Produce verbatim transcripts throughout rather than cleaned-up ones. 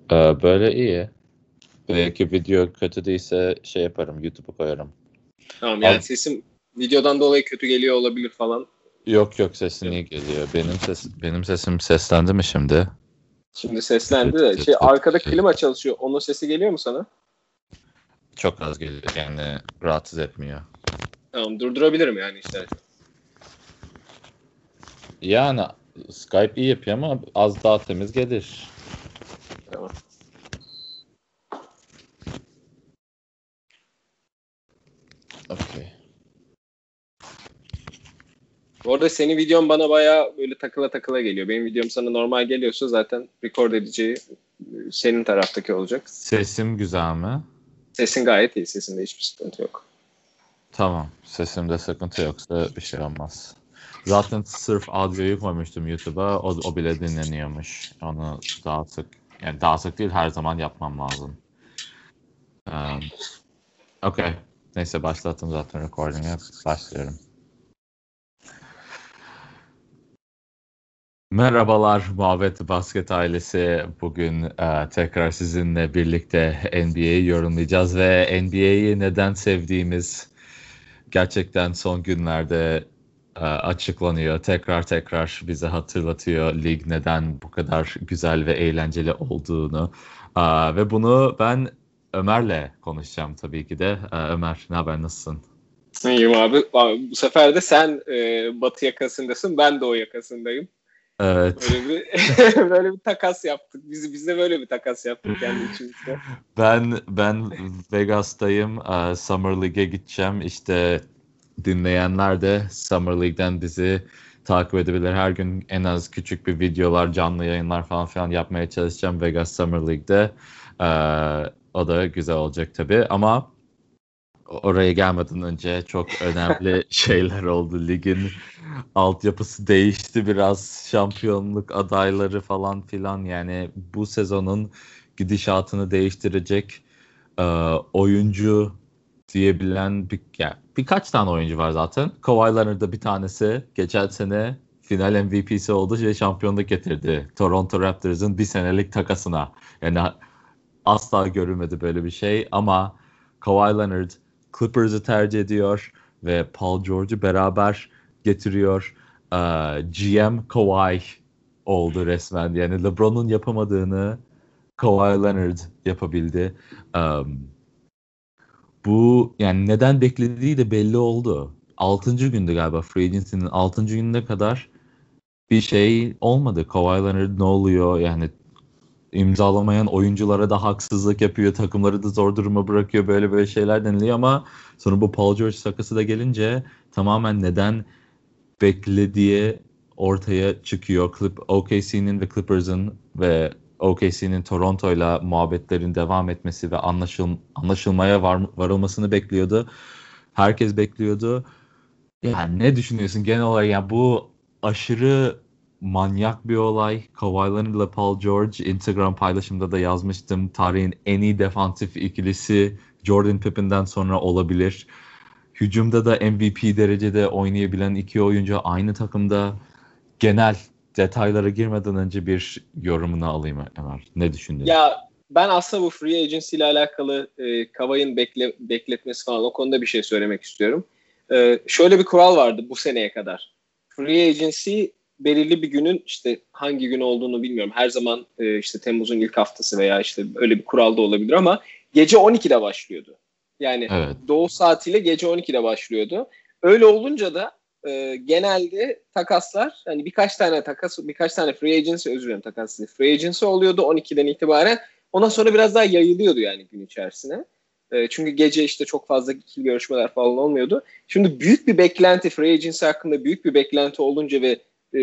Ee, böyle iyi. Belki video kötü değilse şey yaparım, YouTube'a koyarım. Tamam, yani Al, sesim videodan dolayı kötü geliyor olabilir falan. yok yok sesin Evet. iyi geliyor. Benim ses benim sesim seslendi mi şimdi? Şimdi Tıt seslendi tıt de tıt şey, tıt. arkada klima çalışıyor. Onun sesi geliyor mu sana? Çok az geliyor yani rahatsız etmiyor. Tamam, durdurabilirim yani istersen. Yani Skype iyi yapıyor ama az daha temiz gelir. Tamam. Okay. Bu arada senin videon bana bayağı böyle takıla takıla geliyor. Benim videom sana normal geliyorsa zaten record edeceği senin taraftaki olacak. Sesim güzel mi? Sesin gayet iyi. Sesinde hiçbir sıkıntı yok. Tamam. Sesimde sıkıntı yoksa bir şey olmaz. Zaten sırf audioyu koymuştum YouTube'a. O, o bile dinleniyormuş. Onu daha sık, yani daha sık değil her zaman yapmam lazım. Um, okay. Neyse başlattım zaten recording'e. Başlıyorum. Merhabalar Muhabbet Basket ailesi. Bugün e, tekrar sizinle birlikte N B A'yi yorumlayacağız ve N B A'yi neden sevdiğimiz gerçekten son günlerde e, açıklanıyor. Tekrar tekrar bize hatırlatıyor lig neden bu kadar güzel ve eğlenceli olduğunu. E, ve bunu ben Ömer'le konuşacağım tabii ki de. E, Ömer, ne haber, nasılsın? İyiyim abi. Abi, bu sefer de sen e, batı yakasındasın. Ben doğu yakasındayım. Evet. Böyle bir böyle bir takas yaptık. Biz biz de böyle bir takas yaptık kendi içimizde. Ben ben Vegas'tayım. E, Summer League'e gideceğim. İşte dinleyenler de Summer League'den bizi takip edebilir. Her gün en az küçük bir videolar, canlı yayınlar falan filan yapmaya çalışacağım Vegas Summer League'de. Ee, o da güzel olacak tabii. Ama oraya gelmeden önce çok önemli şeyler oldu. Ligin altyapısı değişti biraz. Şampiyonluk adayları falan filan. Yani bu sezonun gidişatını değiştirecek e, oyuncu diyebilen bir, yani birkaç tane oyuncu var zaten. Kawhi Leonard da bir tanesi. Geçen sene final M V P'si oldu ve şampiyonluk getirdi. Toronto Raptors'ın bir senelik takasına. Yani asla görülmedi böyle bir şey ama Kawhi Leonard Clippers'ı tercih ediyor ve Paul George'u beraber getiriyor. Ee, G M Kawhi oldu resmen. Yani LeBron'un yapamadığını Kawhi Leonard yapabildi. Um, bu yani neden beklediği de belli oldu. Altıncı gündü galiba Free Agency'nin altıncı gününe kadar bir şey olmadı. Kawhi Leonard ne oluyor? Yani imzalamayan oyunculara da haksızlık yapıyor. Takımları da zor duruma bırakıyor. Böyle böyle şeyler deniliyor ama sonra bu Paul George takası da gelince tamamen neden beklediği ortaya çıkıyor. Clip, O K C'nin ve Clippers'ın ve O K C'nin Toronto'yla muhabbetlerin devam etmesi ve anlaşıl, anlaşılmaya var, varılmasını bekliyordu. Herkes bekliyordu. Yani ne düşünüyorsun genel olarak? Yani bu aşırı manyak bir olay. Kawhi Leonard ile Paul George Instagram paylaşımda da yazmıştım. Tarihin en iyi defansif ikilisi Jordan Pippin'den sonra olabilir. Hücumda da M V P derecede oynayabilen iki oyuncu aynı takımda. Genel detaylara girmeden önce bir yorumunu alayım Ömer. Ne düşündün? Ya ben aslında bu free agency ile alakalı e, Kavay'ın bekle, bekletmesi falan o konuda bir şey söylemek istiyorum. E, şöyle bir kural vardı bu seneye kadar. Free agency belirli bir günün işte hangi gün olduğunu bilmiyorum. Her zaman e, işte Temmuz'un ilk haftası veya işte öyle bir kural da olabilir ama gece on ikide başlıyordu. Yani Evet. doğu saatiyle gece on ikide başlıyordu. Öyle olunca da e, genelde takaslar hani birkaç tane takas birkaç tane free agency özür dilerim takas değil, free agency oluyordu on ikiden itibaren. Ondan sonra biraz daha yayılıyordu yani gün içerisine. E, çünkü gece işte çok fazla ikili görüşmeler falan olmuyordu. Şimdi büyük bir beklenti free agency hakkında büyük bir beklenti olunca ve e,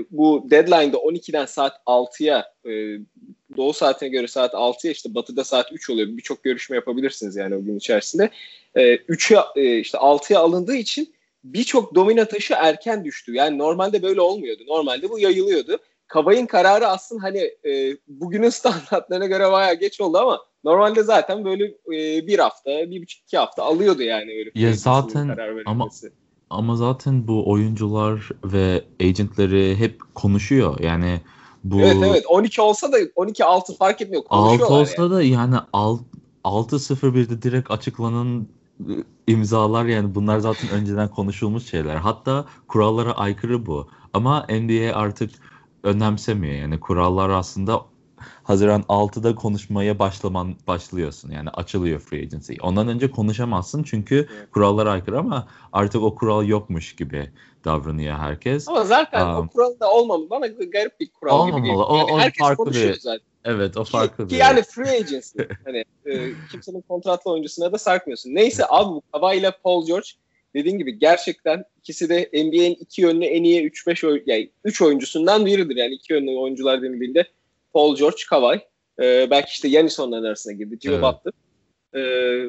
bu deadline'da on ikiden saat altıya e, doğu saatine göre saat altıya işte batıda saat üç oluyor. Birçok görüşme yapabilirsiniz yani o gün içerisinde. E, üçe e, işte altıya alındığı için birçok domino taşı erken düştü. Yani normalde böyle olmuyordu. Normalde bu yayılıyordu. Kavay'ın kararı aslında hani e, bugünün standartlarına göre bayağı geç oldu ama normalde zaten böyle e, bir hafta, bir buçuk iki hafta alıyordu yani öyle free Ya agency'nin zaten karar ama verilmesi. ama zaten bu oyuncular ve agentleri hep konuşuyor. Yani Bu Evet evet on iki olsa da on iki altı fark etmiyor. altı Konuşuyorlar olsa yani. da yani altı sıfır birde direkt açıklanan ıı, imzalar, yani bunlar zaten önceden konuşulmuş şeyler. Hatta kurallara aykırı bu. Ama N B A artık önemsemiyor. Yani kurallar aslında Haziran altıda konuşmaya başlaman başlıyorsun. Yani açılıyor free agency. Ondan önce konuşamazsın çünkü Evet. kurallara aykırı, ama artık o kural yokmuş gibi davranıyor herkes. Ama zaten o Um, kural da olmamalı. Bana garip bir kural gibi olmamalı. geliyor. O, Yani o herkes farklı konuşuyor bir, zaten. evet, o Ki, farklı ki bir. yani free agency. Hani e, kimsenin kontratlı oyuncusuna da sarkmıyorsun. Neyse abi, bu Kawhi ile Paul George dediğin gibi gerçekten ikisi de N B A'nin iki yönlü en iyi üç beş oy- yani üç oyuncusundan biridir. Yani iki yönlü oyuncular denildiğinde Paul George, Kawhi. E, belki işte Giannis onların arasına girdi. Jimmy Evet. Butler. E,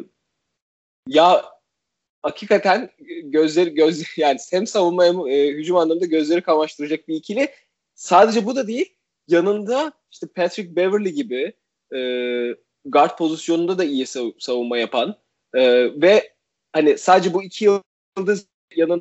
ya hakikaten gözleri göz yani hem savunma hem e, hücum anlamında gözleri kamaştıracak bir ikili. Sadece bu da değil. Yanında işte Patrick Beverley gibi e, guard pozisyonunda da iyi sav- savunma yapan e, ve hani sadece bu iki yıldız yanında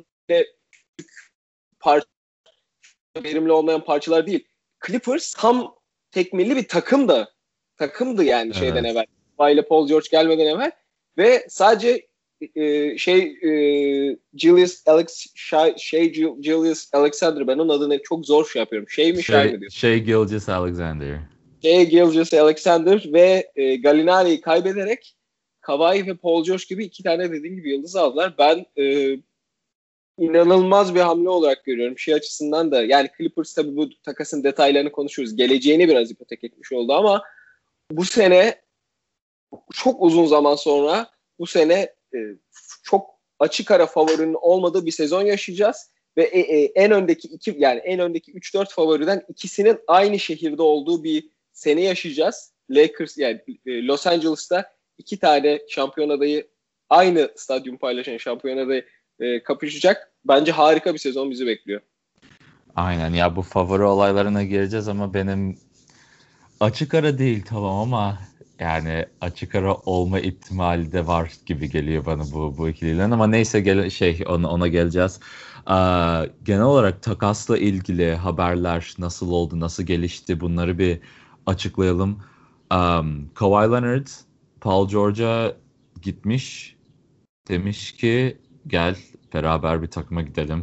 parça, verimli olmayan parçalar değil. Clippers tam tekmilli bir takım da takımdı yani şeyden Evet. evvel. Kawhi ile Paul George gelmeden evvel ve sadece e, şey e, Julius Alex şey, şey Julius Alexander, ben onun adını çok zor şey yapıyorum. Şey mi Şay Şey, mı diyor. şey Gilgeous-Alexander. Şey Julius Alexander ve e, Gallinari'yi kaybederek Kawhi ve Paul George gibi iki tane dediğim gibi yıldız aldılar. Ben e, inanılmaz bir hamle olarak görüyorum. Şey açısından da yani Clippers tabii bu takasın detaylarını konuşuyoruz. Geleceğini biraz ipotek etmiş oldu ama bu sene çok uzun zaman sonra bu sene e, çok açık ara favorinin olmadığı bir sezon yaşayacağız ve e, e, en öndeki iki yani en öndeki üç dört favoriden ikisinin aynı şehirde olduğu bir sene yaşayacağız. Lakers yani e, Los Angeles'ta iki tane şampiyon adayı aynı stadyum paylaşan şampiyon adayı e, kapışacak. Bence harika bir sezon bizi bekliyor. Aynen ya, bu favori olaylarına gireceğiz ama benim açık ara değil tamam, ama yani açık ara olma ihtimali de var gibi geliyor bana bu bu ikililerin, ama neyse, gel şey ona, ona geleceğiz. Aa, genel olarak takasla ilgili haberler nasıl oldu, nasıl gelişti, bunları bir açıklayalım. Um, Kawhi Leonard Paul George'a gitmiş. Demiş ki gel beraber bir takıma gidelim.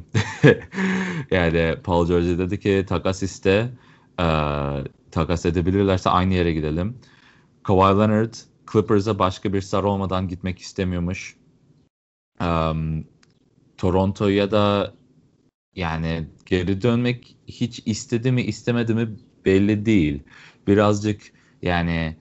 Yani Paul George dedi ki takas iste. Eee, takas edebilirlerse aynı yere gidelim. Kawhi Leonard Clippers'a başka bir star olmadan gitmek istemiyormuş. Eee, Toronto'ya da yani geri dönmek hiç istedi mi istemedi mi belli değil. Birazcık yani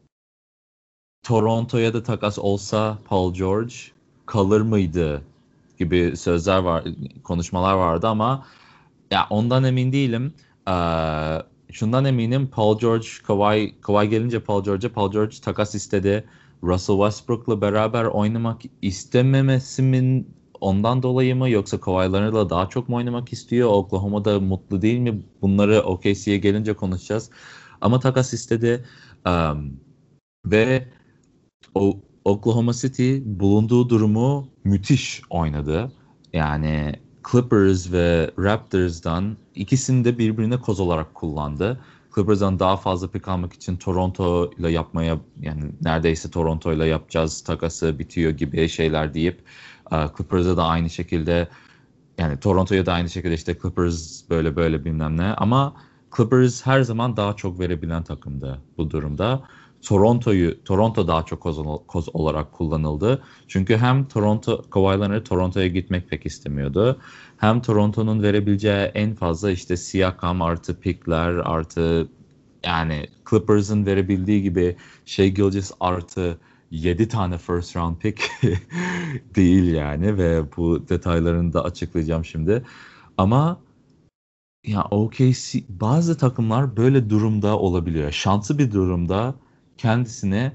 Toronto'ya da takas olsa Paul George kalır mıydı gibi sözler var, konuşmalar vardı, ama ya ondan emin değilim. Ee, şundan eminim, Paul George, Kawhi, Kawhi gelince Paul George'a Paul George takas istedi. Russell Westbrook'la beraber oynamak istememesi mi, ondan dolayı mı, yoksa Kawhi Leonard'la daha çok mu oynamak istiyor? Oklahoma'da mutlu değil mi? Bunları O K C'ye gelince konuşacağız. Ama takas istedi. Um, ve o Oklahoma City bulunduğu durumu müthiş oynadı. Yani Clippers ve Raptors'dan ikisini de birbirine koz olarak kullandı. Clippers'dan daha fazla pik almak için Toronto ile yapmaya, yani neredeyse Toronto ile yapacağız takası bitiyor gibi şeyler deyip e, Clippers'a da aynı şekilde, yani Toronto'ya da aynı şekilde işte Clippers böyle böyle bilmem ne, ama Clippers her zaman daha çok verebilen takımdı bu durumda. Toronto'yu Toronto daha çok koz, koz olarak kullanıldı. Çünkü hem Toronto Kawhi Leonard Toronto'ya gitmek pek istemiyordu. Hem Toronto'nun verebileceği en fazla işte Siakam artı pickler artı, yani Clippers'ın verebildiği gibi Shai Gilgeous artı yedi tane first round pick değil yani, ve bu detaylarını da açıklayacağım şimdi. Ama ya O K C, bazı takımlar böyle durumda olabiliyor. Şanslı bir durumda kendisini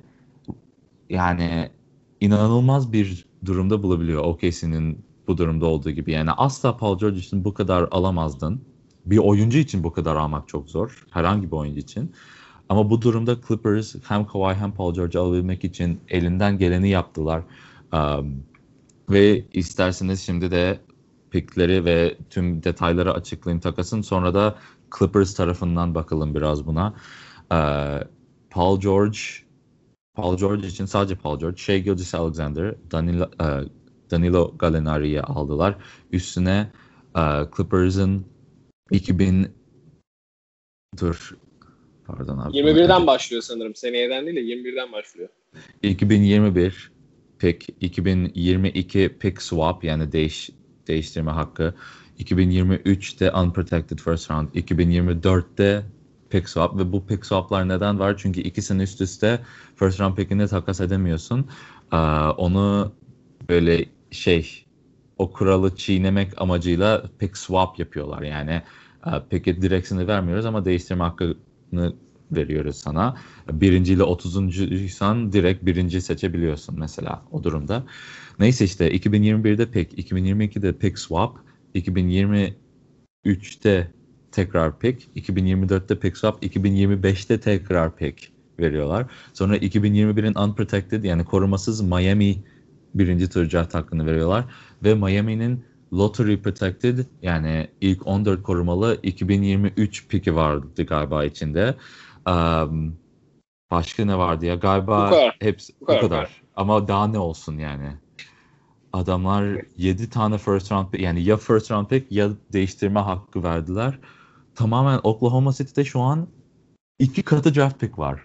yani inanılmaz bir durumda bulabiliyor, O K C'nin bu durumda olduğu gibi. Yani asla Paul George için bu kadar alamazdın. Bir oyuncu için bu kadar almak çok zor. Herhangi bir oyuncu için. Ama bu durumda Clippers hem Kawhi hem Paul George'u alabilmek için elinden geleni yaptılar. Um, ve isterseniz şimdi de pickleri ve tüm detayları açıklayayım takasın. Sonra da Clippers tarafından bakalım biraz buna. Ee, Paul George Paul George için sadece Paul George, Shai Gilgeous-Alexander, Danilo, e, Danilo Gallinari'yi aldılar. Üstüne e, Clippers'ın iki bin dur pardon abi. yirmi birden başlıyor sanırım. Seneyeden değil de yirmi birden başlıyor. iki bin yirmi bir pick, iki bin yirmi iki pick swap yani değiş değiştirme hakkı. iki bin yirmi üçte unprotected first round, iki bin yirmi dörtte pick swap ve bu pick swaplar neden var? Çünkü ikisini üst üste first round pick'ini takas edemiyorsun. Ee, onu böyle şey o kuralı çiğnemek amacıyla pick swap yapıyorlar. Yani e, pick'e direksini vermiyoruz ama değiştirme hakkını veriyoruz sana. Birinci ile otuzuncuysan direkt birinci seçebiliyorsun mesela o durumda. Neyse işte iki bin yirmi birde pick, iki bin yirmi ikide pick swap, iki bin yirmi üçte tekrar pick, iki bin yirmi dörtte pick swap, iki bin yirmi beşte tekrar pick veriyorlar. Sonra iki bin yirmi birin unprotected yani korumasız Miami birinci tur draft hakkını veriyorlar. Ve Miami'nin lottery protected yani ilk on dört korumalı iki bin yirmi üç pick'i vardı galiba içinde. Um, başka ne vardı ya? Galiba bu kadar. hepsi bu bu kadar. kadar. kadar. Ama daha ne olsun yani? Adamlar yedi tane first round pick yani ya first round pick ya değiştirme hakkı verdiler. Tamamen Oklahoma City'de şu an iki katı draft pick var.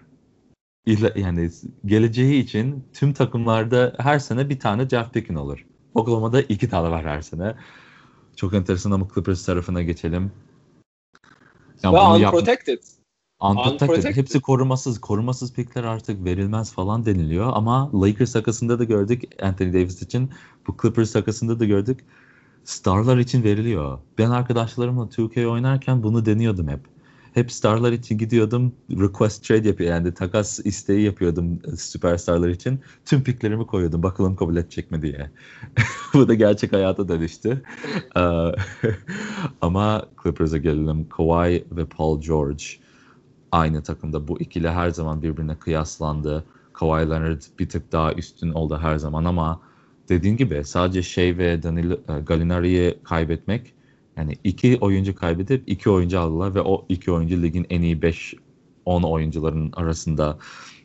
Yani geleceği için tüm takımlarda her sene bir tane draft pick'in olur. Oklahoma'da iki tane var her sene. Çok enteresan ama Clippers tarafına geçelim. Yani Ve bunu unprotected. Yap- unprotected. Unprotected. Hepsi korumasız. Korumasız pickler artık verilmez falan deniliyor. Ama Lakers takasında da gördük Anthony Davis için. Bu Clippers takasında da gördük. Starlar için veriliyor. Ben arkadaşlarımla iki K oynarken bunu deniyordum hep. Hep starlar için gidiyordum. Request trade yapıyor. Yani takas isteği yapıyordum süperstarlar için. Tüm picklerimi koyuyordum. Bakalım kabul edecek mi diye. Bu da gerçek hayata dönüştü. Ee, Ama Clippers'a gelelim. Kawhi ve Paul George aynı takımda. Bu ikili her zaman birbirine kıyaslandı. Kawhi Leonard bir tık daha üstün oldu her zaman ama dediğin gibi sadece Shai ve Danilo Gallinari'yi kaybetmek yani iki oyuncu kaybedip iki oyuncu aldılar ve o iki oyuncu ligin en iyi beş on oyuncuların arasında.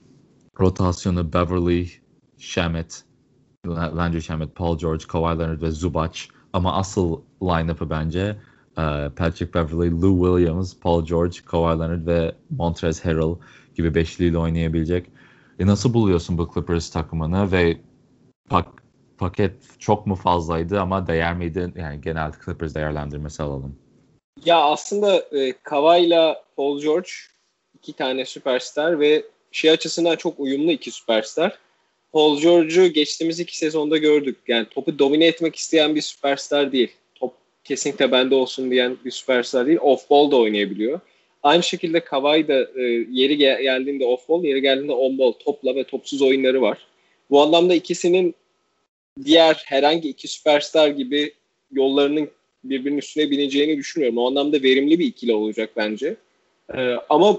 Rotasyonu Beverly, Shamet, Landry Shamet, Paul George, Kawhi Leonard ve Zubac. Ama asıl line-up'ı bence Patrick Beverley, Lou Williams, Paul George, Kawhi Leonard ve Montrezl Harrell gibi beşliyle oynayabilecek. E nasıl buluyorsun bu Clippers takımını ve pak- paket çok mu fazlaydı ama değer miydi? Yani genel Clippers değerlendirmesi alalım. Ya aslında e, Kawhi'la Paul George iki tane süperstar ve şey açısından çok uyumlu iki süperstar. Paul George'u geçtiğimiz iki sezonda gördük. Yani topu domine etmek isteyen bir süperstar değil. Top kesinlikle bende olsun diyen bir süperstar değil. Off-ball da oynayabiliyor. Aynı şekilde Kawhi da e, yeri gel- geldiğinde off-ball, yeri geldiğinde on-ball, topla ve topsuz oyunları var. Bu anlamda ikisinin diğer herhangi iki süperstar gibi yollarının birbirinin üstüne bineceğini düşünüyorum. O anlamda verimli bir ikili olacak bence. Ee, ama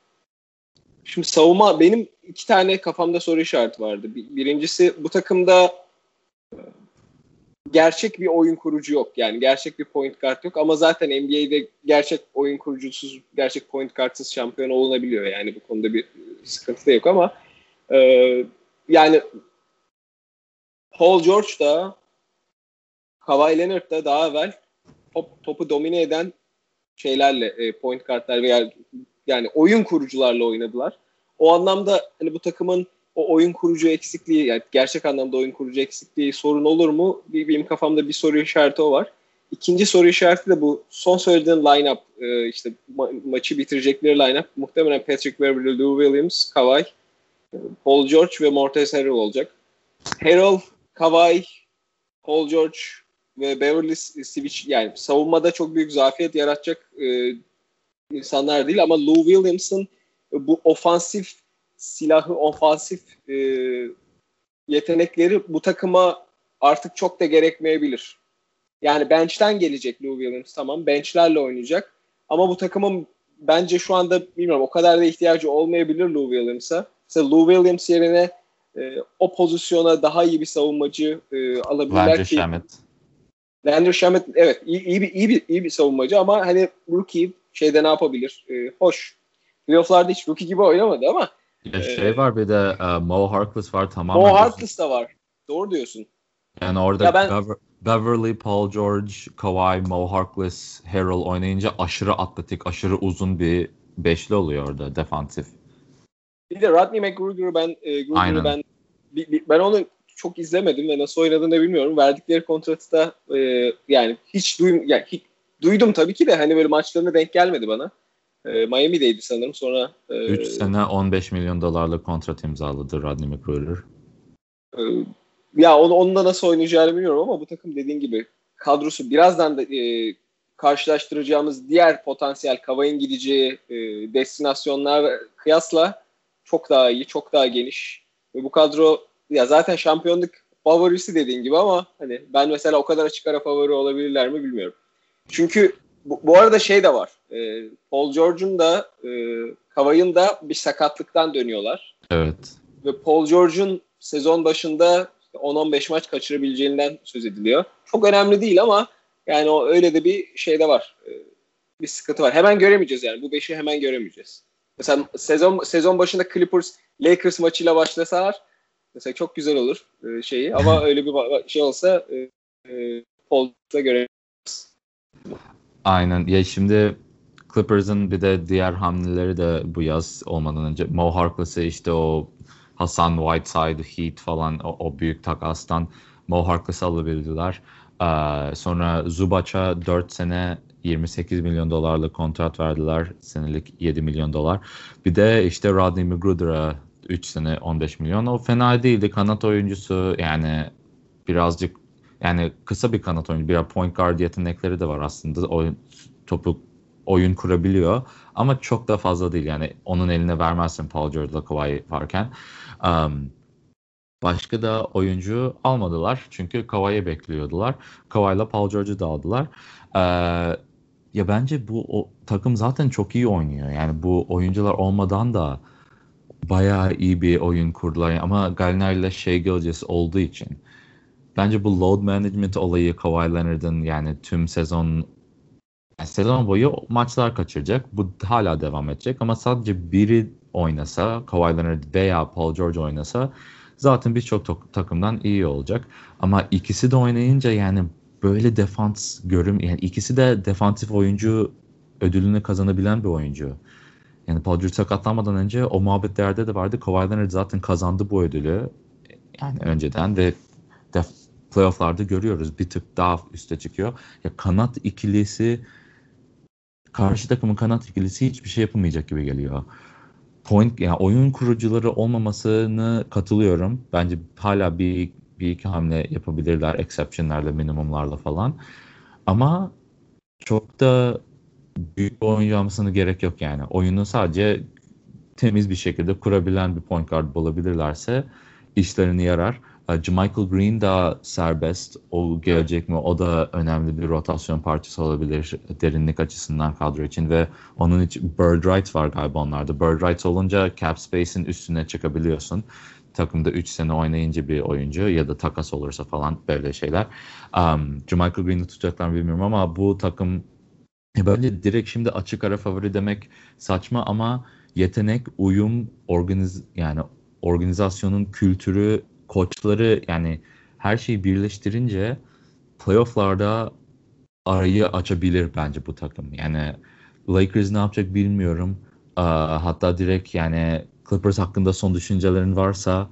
şimdi savunma benim iki tane kafamda soru işareti vardı. Birincisi bu takımda gerçek bir oyun kurucu yok. Yani gerçek bir point guard yok ama zaten N B A'de gerçek oyun kurucusuz, gerçek point guardsız şampiyon olunabiliyor. Yani bu konuda bir sıkıntı da yok ama e, yani Paul George da Kawhi Leonard da daha evvel top, topu domine eden şeylerle e, point guardlar veya yani oyun kurucularla oynadılar. O anlamda hani bu takımın o oyun kurucu eksikliği yani gerçek anlamda oyun kurucu eksikliği sorun olur mu? Benim kafamda bir soru işareti o var. İkinci soru işareti de bu son söylediğin line-up e, işte ma- maçı bitirecekleri line-up muhtemelen Patrick Beverley, Lou Williams, Kawhi, Paul George ve Montrezl Harrell olacak. Harrell, Kawhi, Paul George ve Beverly switch yani savunmada çok büyük zafiyet yaratacak e, insanlar değil ama Lou Williams'ın bu ofansif silahı, ofansif e, yetenekleri bu takıma artık çok da gerekmeyebilir. Yani bench'ten gelecek Lou Williams tamam. Bench'lerle oynayacak. Ama bu takımın bence şu anda bilmiyorum o kadar da ihtiyacı olmayabilir Lou Williams'a. Mesela Lou Williams yerine e, o pozisyona daha iyi bir savunmacı e, alabilirler Landry ki. Shamet. Landry Shamet evet iyi, iyi bir iyi bir iyi bir savunmacı ama hani rookie şeyde ne yapabilir? E, hoş. Playoff'larda hiç rookie gibi oynamadı ama Ya e, şey var bir de uh, Mo Harkless var Mo tamamen uzun. Harkless da var. Doğru diyorsun. Yani orada Ya ben Bever- Beverly, Paul George, Kawhi, Mo Harkless, Harrell oynayınca aşırı atletik, aşırı uzun bir beşli oluyor orada defansif. bir de Rodney McGruder'ı ben e, Gruder'ı Aynen. ben bi- bi- ben onu çok izlemedim ve nasıl oynadığını da bilmiyorum. Verdikleri kontratı da e, yani hiç duym yani hiç, duydum tabii ki de hani böyle maçlarına denk gelmedi bana. E, Miami'deydi sanırım. Sonra e, üç sene on beş milyon dolarlık kontrat imzaladı Rodney McGruder. e, ya onu, onun da nasıl oynayacağını bilmiyorum ama bu takım dediğin gibi kadrosu birazdan da e, karşılaştıracağımız diğer potansiyel Kavay'ın gideceği e, destinasyonlar kıyasla çok daha iyi, çok daha geniş. Ve bu kadro ya zaten şampiyonluk favorisi dediğin gibi ama hani ben mesela o kadar açık ara favori olabilirler mi bilmiyorum. Çünkü bu, bu arada şey de var. E, Paul George'un da e, Kavay'ın da bir sakatlıktan dönüyorlar. Evet. Ve Paul George'un sezon başında on on beş maç kaçırabileceğinden söz ediliyor. Çok önemli değil ama yani o öyle de bir şey de var. Ee, bir sıkıntı var. Hemen göremeyeceğiz yani. Bu beşi hemen göremeyeceğiz. Mesela sezon sezon başında Clippers Lakers maçıyla başlasalar mesela çok güzel olur e, şeyi ama öyle bir şey olsa e, e, Paul'da göremeyiz. Aynen. Ya şimdi Clippers'ın bir de diğer hamleleri de bu yaz olmadan önce Mo Harkless'ı işte o Hassan Whiteside, Heat falan o, o büyük takastan Mo Harkless'ı alabildiler. Ee, sonra Zubac'a dört sene yirmi sekiz milyon dolarlık kontrat verdiler. Senelik yedi milyon dolar. Bir de işte Rodney McGruder'a üç sene on beş milyon. O fena değildi. Kanat oyuncusu yani birazcık yani kısa bir kanat oyuncu. Biraz point guard yetenekleri de var aslında. Oyun, topu oyun kurabiliyor. Ama çok da fazla değil. Yani onun eline vermezsin Paul George'la Kawhi varken. Um, başka da oyuncu almadılar. Çünkü Kawhi'yi bekliyordular. Kawhi'la Paul George'u da aldılar. Ee, ya bence bu o, takım zaten çok iyi oynuyor. Yani bu oyuncular olmadan da bayağı iyi bir oyun kurdular. Ama Gallinari ile Shai Gilgeous olduğu için bence bu load management olayı Kawhi Leonard'ın yani tüm sezon yani sezon boyu maçlar kaçıracak. Bu hala devam edecek ama sadece biri oynasa, Kawhi Leonard veya Paul George oynasa zaten birçok to- takımdan iyi olacak. Ama ikisi de oynayınca yani böyle defans görüm yani ikisi de defansif oyuncu ödülünü kazanabilen bir oyuncu. Yani Paul George sakatlanmadan önce o muhabbetlerde de vardı. Kawhi Leonard zaten kazandı bu ödülü. Yani önceden ve def playoff'larda görüyoruz. Bir tık daha üste çıkıyor. Ya kanat ikilisi karşı takımın kanat ikilisi hiçbir şey yapamayacak gibi geliyor. Point yani oyun kurucuları olmamasını katılıyorum. Bence hala bir bir iki hamle yapabilirler exception'larla, minimumlarla falan. Ama çok da büyük bir oyuncu almasına gerek yok yani. Oyunu sadece temiz bir şekilde kurabilen bir point guard bulabilirlerse işlerini yarar. E, Michael Green daha serbest. O gelecek mi? O da önemli bir rotasyon parçası olabilir derinlik açısından kadro için ve onun için Bird Wright var galiba onlarda. Bird Wright olunca cap space'in üstüne çıkabiliyorsun. Takımda üç sene oynayınca bir oyuncu ya da takas olursa falan böyle şeyler. Um, Michael Green'i tutacaklar mı bilmiyorum ama bu takım e, böyle direkt şimdi açık ara favori demek saçma ama yetenek, uyum, organiz yani organizasyonun kültürü, koçları yani her şeyi birleştirince playoff'larda arayı açabilir bence bu takım. Yani Lakers ne yapacak bilmiyorum. Aa, hatta direkt yani Clippers hakkında son düşüncelerin varsa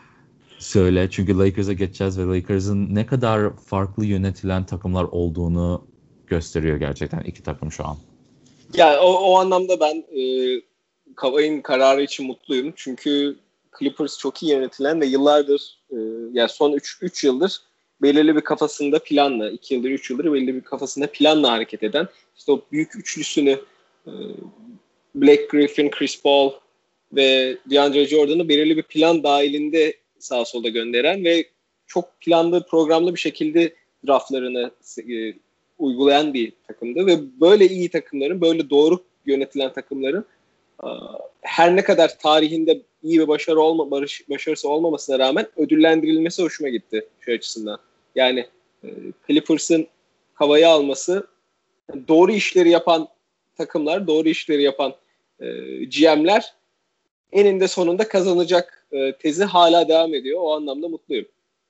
söyle. Çünkü Lakers'a geçeceğiz ve Lakers'ın ne kadar farklı yönetilen takımlar olduğunu gösteriyor gerçekten iki takım şu an. Yani o, o anlamda ben e, Kavai'nin kararı için mutluyum. Çünkü Clippers çok iyi yönetilen ve yıllardır e, yani son üç yıldır belirli bir kafasında planla, iki yıldır üç yıldır belirli bir kafasında planla hareket eden işte o büyük üçlüsünü e, Blake Griffin, Chris Paul ve DeAndre Jordan'ı belirli bir plan dahilinde sağa sola gönderen ve çok planlı, programlı bir şekilde draftlarını e, uygulayan bir takımdı ve böyle iyi takımların, böyle doğru yönetilen takımların her ne kadar tarihinde iyi bir başarı olma, barış, başarısı olmamasına rağmen ödüllendirilmesi hoşuma gitti şu açısından. Yani e, Clippers'ın havayı alması doğru işleri yapan takımlar, doğru işleri yapan e, G M'ler eninde sonunda kazanacak e, tezi hala devam ediyor. O anlamda mutluyum.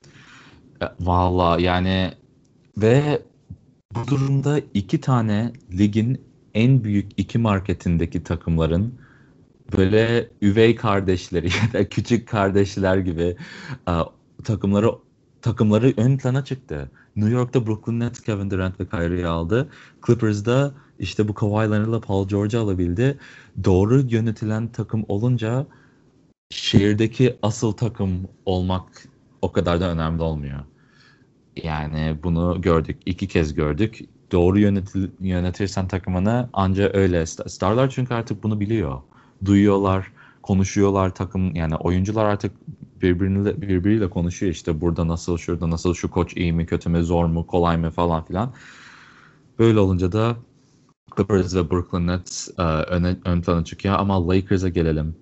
Valla yani ve bu durumda iki tane ligin en büyük iki marketindeki takımların böyle üvey kardeşleri ya da küçük kardeşler gibi e, takımları takımları ön plana çıktı. New York'ta Brooklyn Nets Kevin Durant ve Kyrie'yi aldı. Clippers'da işte bu Kawhi Leonard'la Paul George'u alabildi. Doğru yönetilen takım olunca şehirdeki asıl takım olmak o kadar da önemli olmuyor. Yani bunu gördük, iki kez gördük. Doğru yönetil, yönetirsen takımını anca öyle. Starlar çünkü artık bunu biliyor. Duyuyorlar, konuşuyorlar takım yani oyuncular artık birbiriyle birbiriyle konuşuyor işte burada nasıl, şurada nasıl, şu koç iyi mi, kötü mü, zor mu, kolay mı falan filan. Böyle olunca da Clippers ve Brooklyn Nets e, öne, ön plana çıkıyor ama Lakers'a gelelim.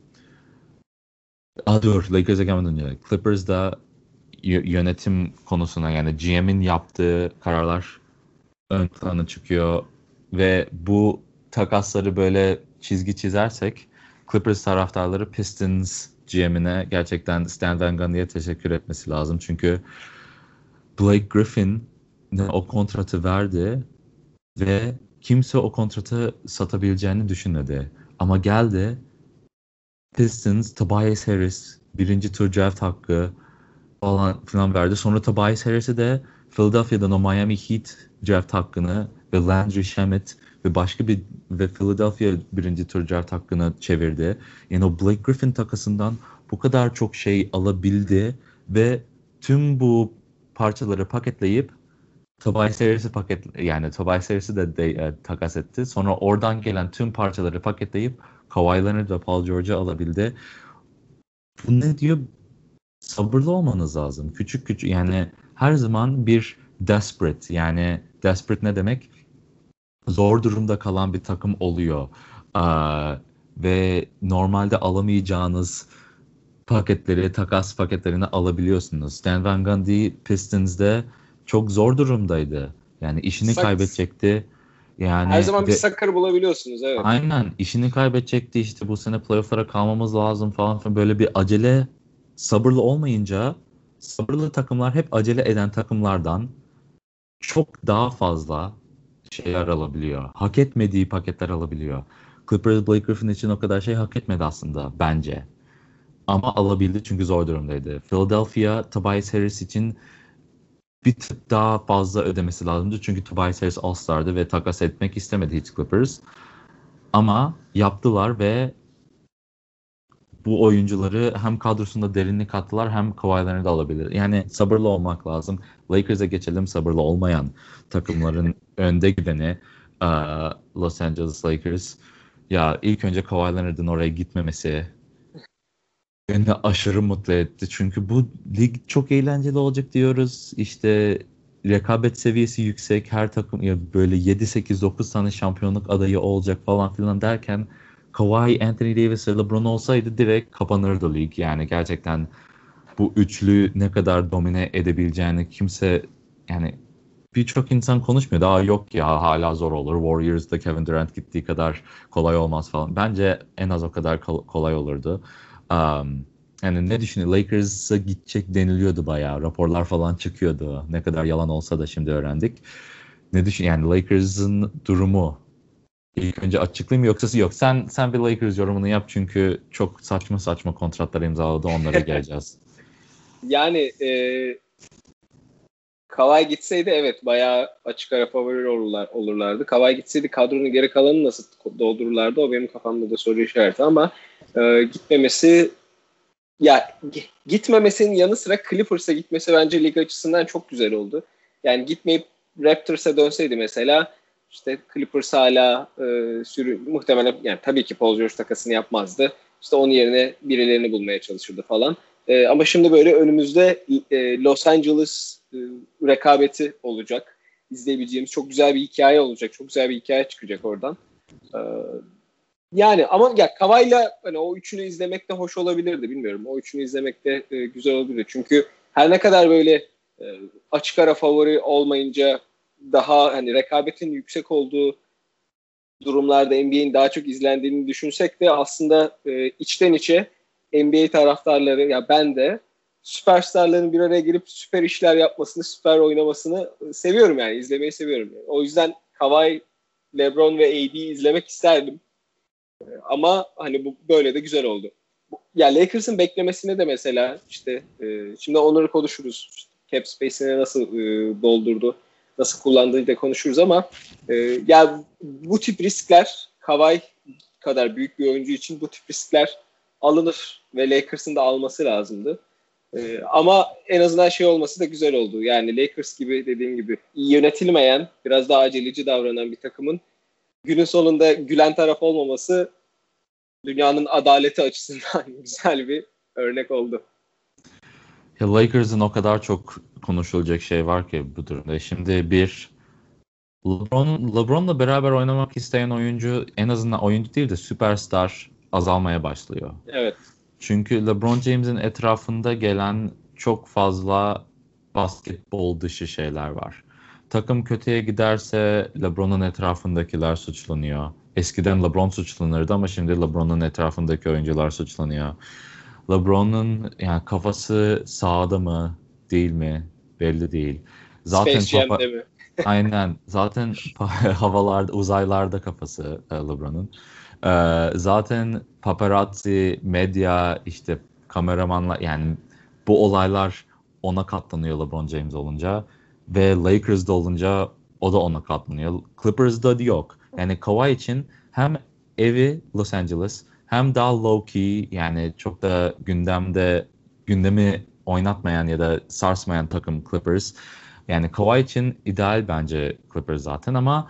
Aa, dur, Lakers'a gelmeden önce Clippers'da y- yönetim konusuna yani G M'in yaptığı kararlar ön plana çıkıyor ve bu takasları böyle çizgi çizersek Clippers taraftarları Pistons G M'ine gerçekten Stan Van Gundy'ye teşekkür etmesi lazım. Çünkü Blake Griffin o kontratı verdi ve kimse o kontratı satabileceğini düşünmedi. Ama geldi Pistons, Tobias Harris birinci tur draft hakkı falan filan verdi. Sonra Tobias Harris'e de Philadelphia'dan o Miami Heat draft hakkını ve Landry Shamet ve başka bir ve Philadelphia birinci tur draft hakkını çevirdi. Yani o Blake Griffin takasından bu kadar çok şey alabildi ve tüm bu parçaları paketleyip Tobias Harris'i paket yani Tobias Harris'i de, de e, takas etti. Sonra oradan gelen tüm parçaları paketleyip Kawhi Leonard ve Paul George'u alabildi. Bu ne diyor? Sabırlı olmanız lazım. Küçük küçük yani her zaman bir desperate yani desperate ne demek? Zor durumda kalan bir takım oluyor. Aa, ve normalde alamayacağınız paketleri, takas paketlerini alabiliyorsunuz. Stan Van Gundy Pistons'de çok zor durumdaydı. Yani işini Sak kaybedecekti. Her Yani zaman bir ve sakır bulabiliyorsunuz, evet. aynen işini kaybedecekti işte bu sene playoff'lara kalmamız lazım falan filan böyle bir acele sabırlı olmayınca sabırlı takımlar hep acele eden takımlardan çok daha fazla şeyler alabiliyor. Hak etmediği paketler alabiliyor. Clippers Blake Griffin için o kadar şey hak etmedi aslında bence. Ama alabildi çünkü zor durumdaydı. Philadelphia Tobias Harris için bir tık daha fazla ödemesi lazımdı. Çünkü Tobias Harris All-Star'dı ve takas etmek istemedi hiç Clippers. Ama yaptılar ve bu oyuncuları hem kadrosunda derinlik kattılar hem Kawhi Leonard'ı alabilir. Yani sabırlı olmak lazım. Lakers'a geçelim sabırlı olmayan takımların önde gideni eee, Los Angeles Lakers. Ya ilk önce Kawhi Leonard'ın oraya gitmemesi beni aşırı mutlu etti. Çünkü bu lig çok eğlenceli olacak diyoruz. İşte rekabet seviyesi yüksek. Her takım ya böyle yedi sekiz dokuz tane şampiyonluk adayı olacak falan filan derken Kawhi, Anthony Davis ve LeBron olsaydı direkt kapanırdı lig. Yani gerçekten bu üçlü ne kadar domine edebileceğini kimse yani birçok insan konuşmuyor. Daha yok ya hala zor olur. Warriors'da Kevin Durant gittiği kadar kolay olmaz falan. Bence en az o kadar kol- kolay olurdu. Um, yani ne düşünüyor? Lakers'a gidecek deniliyordu bayağı. Raporlar falan çıkıyordu. Ne kadar yalan olsa da şimdi öğrendik. Ne düşün yani Lakers'ın durumu ilk önce açıklayayım mı yoksa yok. Sen sen bir Lakers yorumunu yap çünkü çok saçma saçma kontratlar imzaladı. Onlara geleceğiz. Yani e, Kawhi gitseydi evet bayağı açık ara favori olurlar, olurlardı. Kawhi gitseydi kadronun geri kalanını nasıl doldururlardı o benim kafamda da soru işareti ama e, gitmemesi ya gitmemesinin yanı sıra Clippers'a gitmesi bence lig açısından çok güzel oldu. Yani gitmeyip Raptors'a dönseydi mesela işte Clippers hala e, sürü muhtemelen yani tabii ki Paul George takasını yapmazdı. İşte onun yerine birilerini bulmaya çalışırdı falan. E, ama şimdi böyle önümüzde e, Los Angeles e, rekabeti olacak. İzleyebileceğimiz çok güzel bir hikaye olacak. Çok güzel bir hikaye çıkacak oradan. E, yani ama ya Kavay'la hani o üçünü izlemek de hoş olabilirdi bilmiyorum. O üçünü izlemek de e, güzel olabilirdi. Çünkü her ne kadar böyle e, açık ara favori olmayınca daha hani rekabetin yüksek olduğu durumlarda N B A'in daha çok izlendiğini düşünsek de aslında e, içten içe N B A taraftarları, ya ben de süperstarların bir araya gelip süper işler yapmasını, süper oynamasını seviyorum yani. İzlemeyi seviyorum. Yani. O yüzden Kawhi, LeBron ve A D'yi izlemek isterdim. Ama hani bu böyle de güzel oldu. Ya Lakers'ın beklemesine de mesela işte e, şimdi onları konuşuruz. İşte cap space'ini nasıl e, doldurdu, nasıl kullandığını da konuşuruz ama e, ya bu tip riskler Kawhi kadar büyük bir oyuncu için bu tip riskler alınır ve Lakers'ın da alması lazımdı. E, ama en azından şey olması da güzel oldu. Yani Lakers gibi dediğim gibi iyi yönetilmeyen, biraz daha aceleci davranan bir takımın günün sonunda gülen taraf olmaması dünyanın adaleti açısından güzel bir örnek oldu. Ya Lakers'ın o kadar çok konuşulacak şey var ki bu durumda. Şimdi bir LeBron, LeBron'la beraber oynamak isteyen oyuncu, en azından oyuncu değil de süperstar azalmaya başlıyor. Evet. Çünkü LeBron James'in etrafında gelen çok fazla basketbol dışı şeyler var. Takım kötüye giderse LeBron'un etrafındakiler suçlanıyor. Eskiden LeBron suçlanırdı ama şimdi LeBron'un etrafındaki oyuncular suçlanıyor. LeBron'un yani kafası sahada mı değil mi belli değil. Zaten Space papa Jam'de mi? aynen zaten havalarda uzaylarda kafası e, LeBron'un. Ee, zaten paparazzi, medya, işte kameramanlar yani bu olaylar ona katlanıyor LeBron James olunca ve Lakers'da olunca o da ona katlanıyor. Clippers'da yok. Yani Kawhi için hem evi Los Angeles hem daha low key yani çok da gündemde gündemi oynatmayan ya da sarsmayan takım Clippers. Yani Kawhi için ideal bence Clippers zaten ama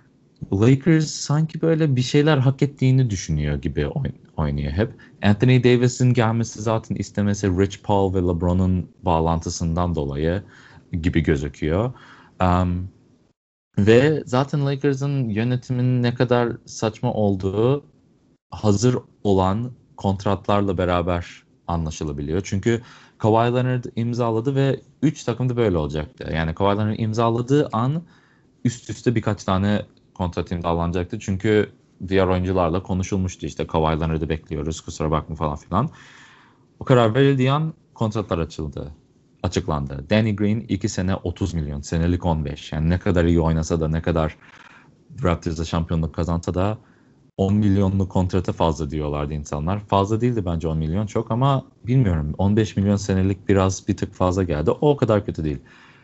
Lakers sanki böyle bir şeyler hak ettiğini düşünüyor gibi oyn- oynuyor hep. Anthony Davis'in gelmesi zaten istemesi Rich Paul ve LeBron'un bağlantısından dolayı gibi gözüküyor. Um, ve zaten Lakers'ın yönetiminin ne kadar saçma olduğu hazır olan kontratlarla beraber anlaşılabiliyor. Çünkü Kawhi Leonard imzaladı ve üç takım da böyle olacaktı. Yani Kawhi Leonard imzaladığı an üst üste birkaç tane kontrat imzalanacaktı. Çünkü diğer oyuncularla konuşulmuştu işte Kawhi Leonard'ı bekliyoruz kusura bakma falan filan. O karar verildiği an kontratlar açıldı. Açıklandı. Danny Green iki sene otuz milyon, senelik on beş. Yani ne kadar iyi oynasa da ne kadar Raptors'da şampiyonluk kazansa da on milyonluk kontrata fazla diyorlardı insanlar. Fazla değildi bence on milyon çok ama bilmiyorum on beş milyon senelik biraz bir tık fazla geldi. O, o kadar kötü değil.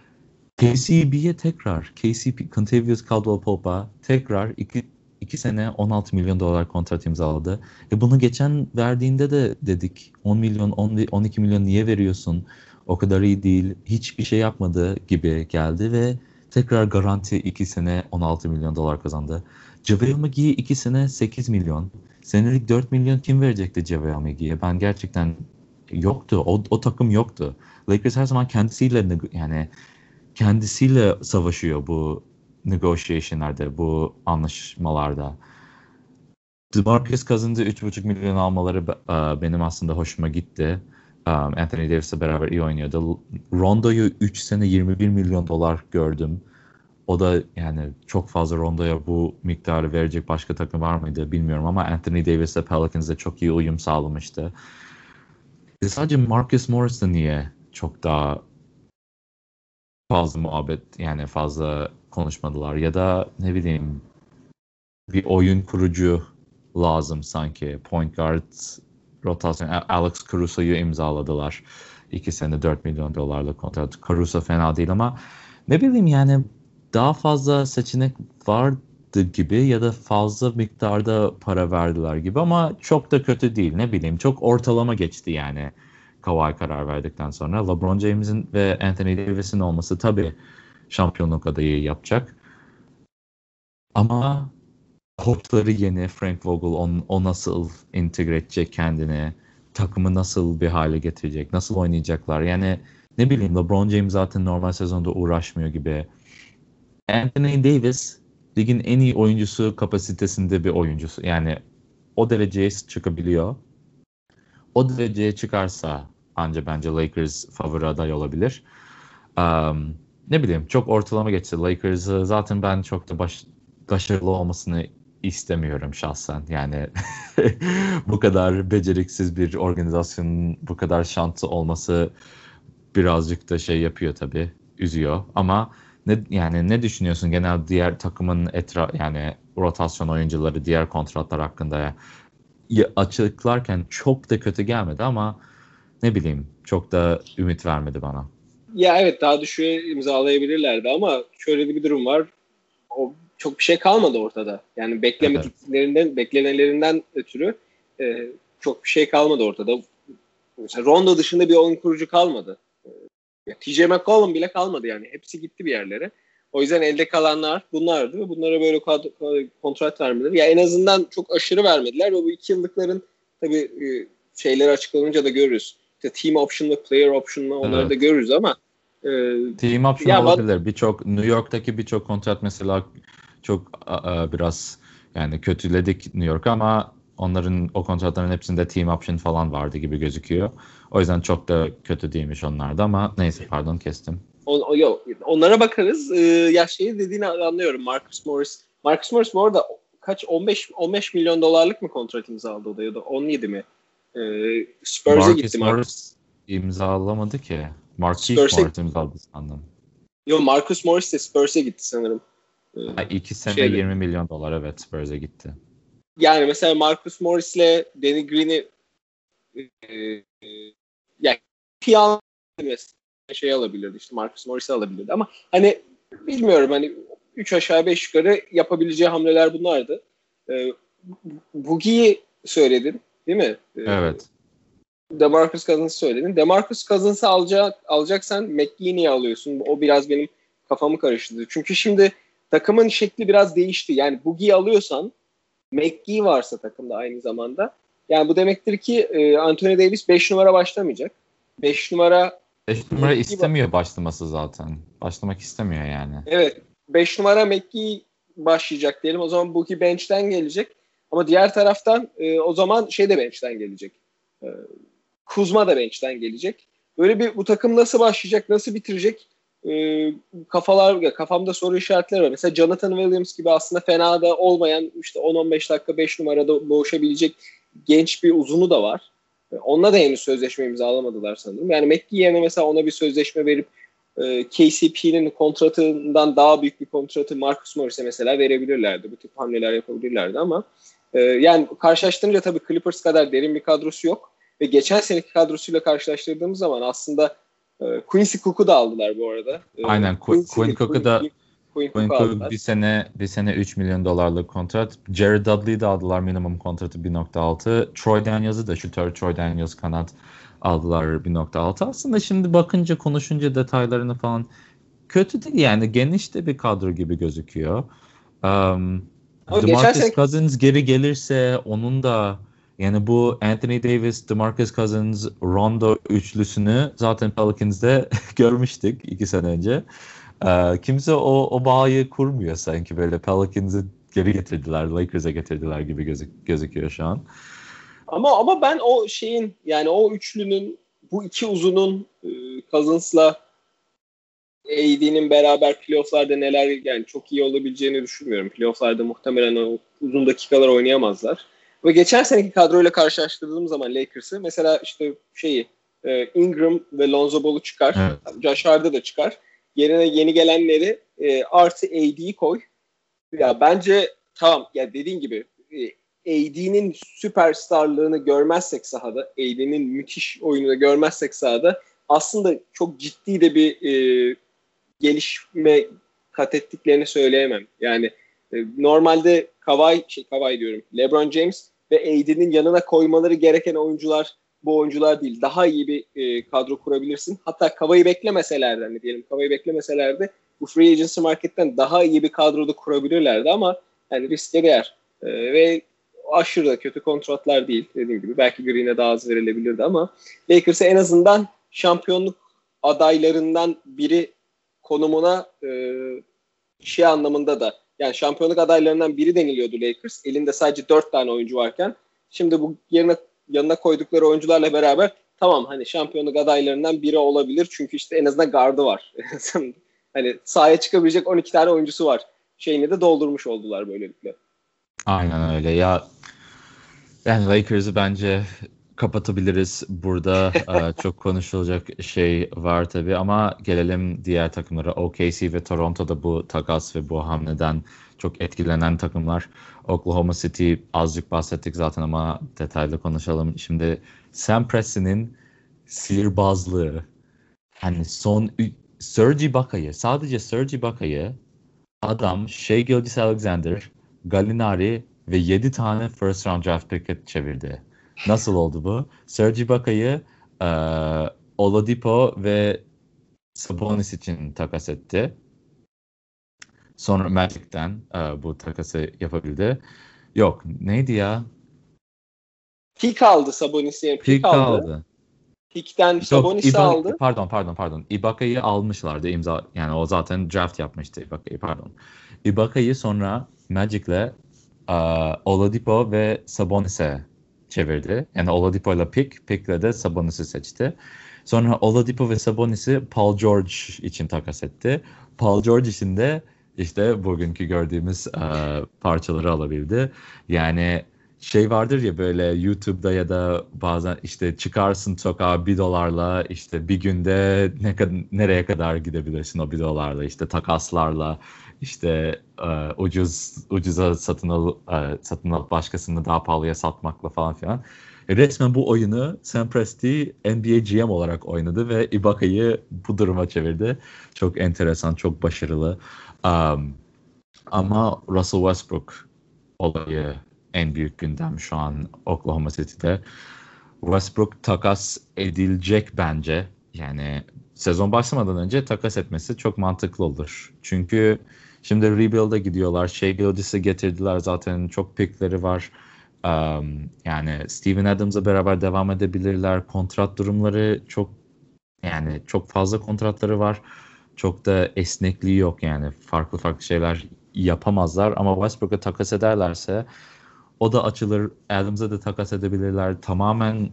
K C B'ye tekrar, K C B, Kentavious Caldwell-Pope'a tekrar iki, iki sene on altı milyon dolar kontrat imzaladı. E bunu geçen verdiğinde de dedik on milyon, on, on iki milyon niye veriyorsun? O kadar iyi değil, hiçbir şey yapmadı gibi geldi ve tekrar garanti iki sene on altı milyon dolar kazandı. JaVale McGee'ye iki sene sekiz milyon. Senelik dört milyon kim verecekti JaVale McGee'ye? Ben gerçekten yoktu. O, o takım yoktu. Lakers her zaman kendisiyle yani kendisiyle savaşıyor bu negotiation'larda, bu anlaşmalarda. DeMarcus Cousins'ı üç buçuk milyon almaları e, benim aslında hoşuma gitti. Um, Anthony Davis'le beraber iyi oynuyordu. Rondo'yu üç sene yirmi bir milyon dolar gördüm. O da yani çok fazla Rondo'ya bu miktarı verecek başka takım var mıydı bilmiyorum ama Anthony Davis'le Pelicans'da çok iyi uyum sağlamıştı. E sadece Marcus Morris'ta niye çok daha fazla muhabbet yani fazla konuşmadılar ya da ne bileyim bir oyun kurucu lazım sanki. Point guard rotasyon. Alex Caruso'yu imzaladılar. İki sene dört milyon dolarla kontrat. Caruso fena değil ama ne bileyim yani daha fazla seçenek vardı gibi ya da fazla miktarda para verdiler gibi ama çok da kötü değil ne bileyim çok ortalama geçti yani Kawhi karar verdikten sonra. LeBron James'in ve Anthony Davis'in olması tabii şampiyonluk adayı yapacak. Ama koçları yeni Frank Vogel on, o nasıl entegre edecek kendini, takımı nasıl bir hale getirecek, nasıl oynayacaklar. Yani ne bileyim LeBron James zaten normal sezonda uğraşmıyor gibi. Anthony Davis ligin en iyi oyuncusu kapasitesinde bir oyuncusu. Yani o dereceye çıkabiliyor. O dereceye çıkarsa anca bence Lakers favori aday olabilir. Um, ne bileyim çok ortalama geçti. Lakers'ı zaten ben çok da baş, başarılı olmasını istemiyorum şahsen. Yani bu kadar beceriksiz bir organizasyonun bu kadar şanslı olması birazcık da şey yapıyor tabii, üzüyor. Ama ne yani ne düşünüyorsun genel diğer takımın etra yani rotasyon oyuncuları, diğer kontratlar hakkında ya? Ya açıklarken çok da kötü gelmedi ama ne bileyim çok da ümit vermedi bana. Ya evet, daha düşüğe imzalayabilirlerdi ama şöyle bir durum var. O çok bir şey kalmadı ortada. Yani Evet. beklemediklerinden, beklenenlerinden ötürü e, çok bir şey kalmadı ortada. Mesela Rondo dışında bir oyun kurucu kalmadı. Ya, T J McCollum bile kalmadı yani. Hepsi gitti bir yerlere. O yüzden elde kalanlar bunlardı ve bunlara böyle kad- kontrat vermeleri. Ya en azından çok aşırı vermediler ve bu iki yıllıkların tabii e, şeyleri açıklanınca da görürüz. İşte team option'lı, player option'lı onları da Evet. görürüz ama e, Team option ya bana, olabilir. Birçok New York'taki birçok kontrat mesela çok a- a, biraz yani kötüledik New York ama onların o kontratların hepsinde team option falan vardı gibi gözüküyor. O yüzden çok da kötü değilmiş onlarda ama neyse pardon kestim. o, o, yok, onlara bakarız. E, ya şeyi dediğini anlıyorum. Marcus Morris. Marcus Morris bu arada kaç on beş on beş milyon dolarlık mı kontrat imzaladı o da ya da on yedi mi? E, Spurs'e gitti Marcus Marcus. Morris imzalamadı ki. Marquise Spurs'e Morris imzaladı sandım. Yo, Marcus Morris de Spurs'e gitti sanırım. Ee, Ha, iki sene şeyde. yirmi milyon dolar evet Spurs'e gitti. Yani mesela Marcus Morris'le Danny Green'i e, e, yani piyan mesela şey alabilirdi, işte Marcus Morris'i alabilirdi ama hani bilmiyorum, hani üç aşağı beş yukarı yapabileceği hamleler bunlardı. Ee, Boogie'yi söyledin değil mi? Ee, Evet. DeMarcus Cousins'ı söyledin. DeMarcus Cousins'ı alacak, alacaksan McGee'yi niye alıyorsun? O biraz benim kafamı karıştırdı. Çünkü şimdi takımın şekli biraz değişti. Yani Boogie'yi alıyorsan McGee varsa takımda aynı zamanda. Yani bu demektir ki e, Anthony Davis beş numara başlamayacak. beş numara beş numara McGee ba- istemiyor başlaması zaten. Başlamak istemiyor yani. evet, beş numara McGee başlayacak diyelim. O zaman Boogie bench'ten gelecek. Ama diğer taraftan e, o zaman şey de bench'ten gelecek. E, Kuzma da bench'ten gelecek. Böyle bir bu takım nasıl başlayacak, nasıl bitirecek? E, kafalar kafamda soru işaretleri var. Mesela Jonathan Williams gibi aslında fena da olmayan, işte on on beş dakika beş numarada boğuşabilecek genç bir uzunu da var. E, onunla da henüz sözleşme imzalamadılar sanırım. Yani McGee yerine mesela ona bir sözleşme verip e, K C P'nin kontratından daha büyük bir kontratı Marcus Morris'e mesela verebilirlerdi. Bu tip hamleler yapabilirlerdi ama e, yani karşılaştırınca tabii Clippers kadar derin bir kadrosu yok. Ve geçen seneki kadrosuyla karşılaştırdığımız zaman aslında e, Quincy Cook'u da aldılar bu arada. E, Aynen Qu- Quincy Quinn değil, Cook'u Quinn, da Quinn, Quinn Quinn Cook'u Cook aldılar. bir sene bir sene üç milyon dolarlık kontrat. Jared Dudley'i de aldılar minimum kontratı bir nokta altı. Troy Daniels'ı da şutör Troy Daniels kanat aldılar bir nokta altı. Aslında şimdi bakınca konuşunca detaylarını falan kötü değil yani geniş de bir kadro gibi gözüküyor. Um, Ama geçen DeMarcus seneki Cousins geri gelirse onun da yani bu Anthony Davis, DeMarcus Cousins, Rondo üçlüsünü zaten Pelicans'de görmüştük iki sene önce. Ee, kimse o, o bağı kurmuyor sanki böyle Pelicans'ı geri getirdiler, Lakers'a getirdiler gibi gözük gözüküyor şu an. ama ama ben o şeyin, yani o üçlünün, bu iki uzunun e, Cousins'la A D'nin beraber playoff'larda neler, yani çok iyi olabileceğini düşünmüyorum. Playoff'larda muhtemelen o uzun dakikalar oynayamazlar. Ve geçen seneki kadroyla karşılaştırdığım zaman Lakers'ı mesela işte şeyi e, Ingram ve Lonzo Ball'u çıkar. Evet. Josh Hart'ı da çıkar. Yerine yeni gelenleri e, artı A D'yi koy. Ya bence tamam, ya dediğin gibi e, A D'nin süperstarlığını görmezsek sahada, A D'nin müthiş oyununu görmezsek sahada aslında çok ciddi de bir e, gelişme kat ettiklerini söyleyemem. Yani e, normalde Kawhi, şey Kawhi diyorum, LeBron James ve A D'nin yanına koymaları gereken oyuncular bu oyuncular değil. Daha iyi bir e, kadro kurabilirsin. Hatta Kawhi'yi beklemeselerdi, hani diyelim Kawhi'yi beklemeselerdi bu free agency marketten daha iyi bir kadroda kurabilirlerdi ama yani riske değer. E, ve aşırı da kötü kontratlar değil. Dediğim gibi belki Green'e daha az verilebilirdi ama Lakers'e en azından şampiyonluk adaylarından biri konumuna e, şey anlamında da, yani şampiyonluk adaylarından biri deniliyordu Lakers. Elinde sadece dört tane oyuncu varken şimdi bu yerine yanına koydukları oyuncularla beraber tamam, hani şampiyonluk adaylarından biri olabilir. Çünkü işte en azından gardı var. Hani sahaya çıkabilecek on iki tane oyuncusu var. Şeyini de doldurmuş oldular böylelikle. Aynen öyle. Ya yani Lakers'ı bence kapatabiliriz. Burada e, çok konuşulacak şey var tabii ama gelelim diğer takımlara. O K C ve Toronto'da bu takas ve bu hamleden çok etkilenen takımlar. Oklahoma City azıcık bahsettik zaten ama detaylı konuşalım. Şimdi Sam Presti'nin sihirbazlığı. Hani son ü- Serge Ibaka'yı, sadece Serge Ibaka'yı adam Shai Gilgeous-Alexander, Gallinari ve yedi tane first round draft pick'e çevirdi. Nasıl oldu bu? Serge Ibaka'yı eee Oladipo ve Sabonis için takas etti. Sonra Magic'ten eee, bu takası yapabildi. Yok, neydi ya? Pick aldı Sabonis'e, pick Pick aldı. aldı. Pick'ten Yok, Sabonis'i Iba aldı. pardon pardon pardon. Ibaka'yı almışlardı imza yani o zaten draft yapmıştı Ibaka'yı pardon. Ibaka'yı sonra Magic'le uh, Oladipo ve Sabonis'e çevirdi. Yani Oladipo ile pick, pick'le de Sabonis'i seçti. Sonra Oladipo ve Sabonis'i Paul George için takas etti. Paul George için de işte bugünkü gördüğümüz uh, parçaları alabildi. Yani şey vardır ya böyle YouTube'da ya da bazen işte çıkarsın sokağa bir dolarla işte bir günde ne kadar nereye kadar gidebilirsin o bir dolarla işte takaslarla işte e, ucuz ucuza satın al e, satın alıp başkasını daha pahalıya satmakla falan filan. E, resmen bu oyunu Sam Presti N B A G M olarak oynadı ve Ibaka'yı bu duruma çevirdi. Çok enteresan, çok başarılı. Um, ama Russell Westbrook olayı en büyük gündem şu an Oklahoma City'de. Westbrook takas edilecek bence. Yani sezon başlamadan önce takas etmesi çok mantıklı olur. Çünkü şimdi rebuild'a gidiyorlar. Shai Gilgeous'u getirdiler zaten çok pickleri var. Um, yani Steven Adams'la beraber devam edebilirler. Kontrat durumları çok yani çok fazla kontratları var. Çok da esnekliği yok yani. Farklı farklı şeyler yapamazlar ama Westbrook'a takas ederlerse o da açılır. Adams'a da takas edebilirler. Tamamen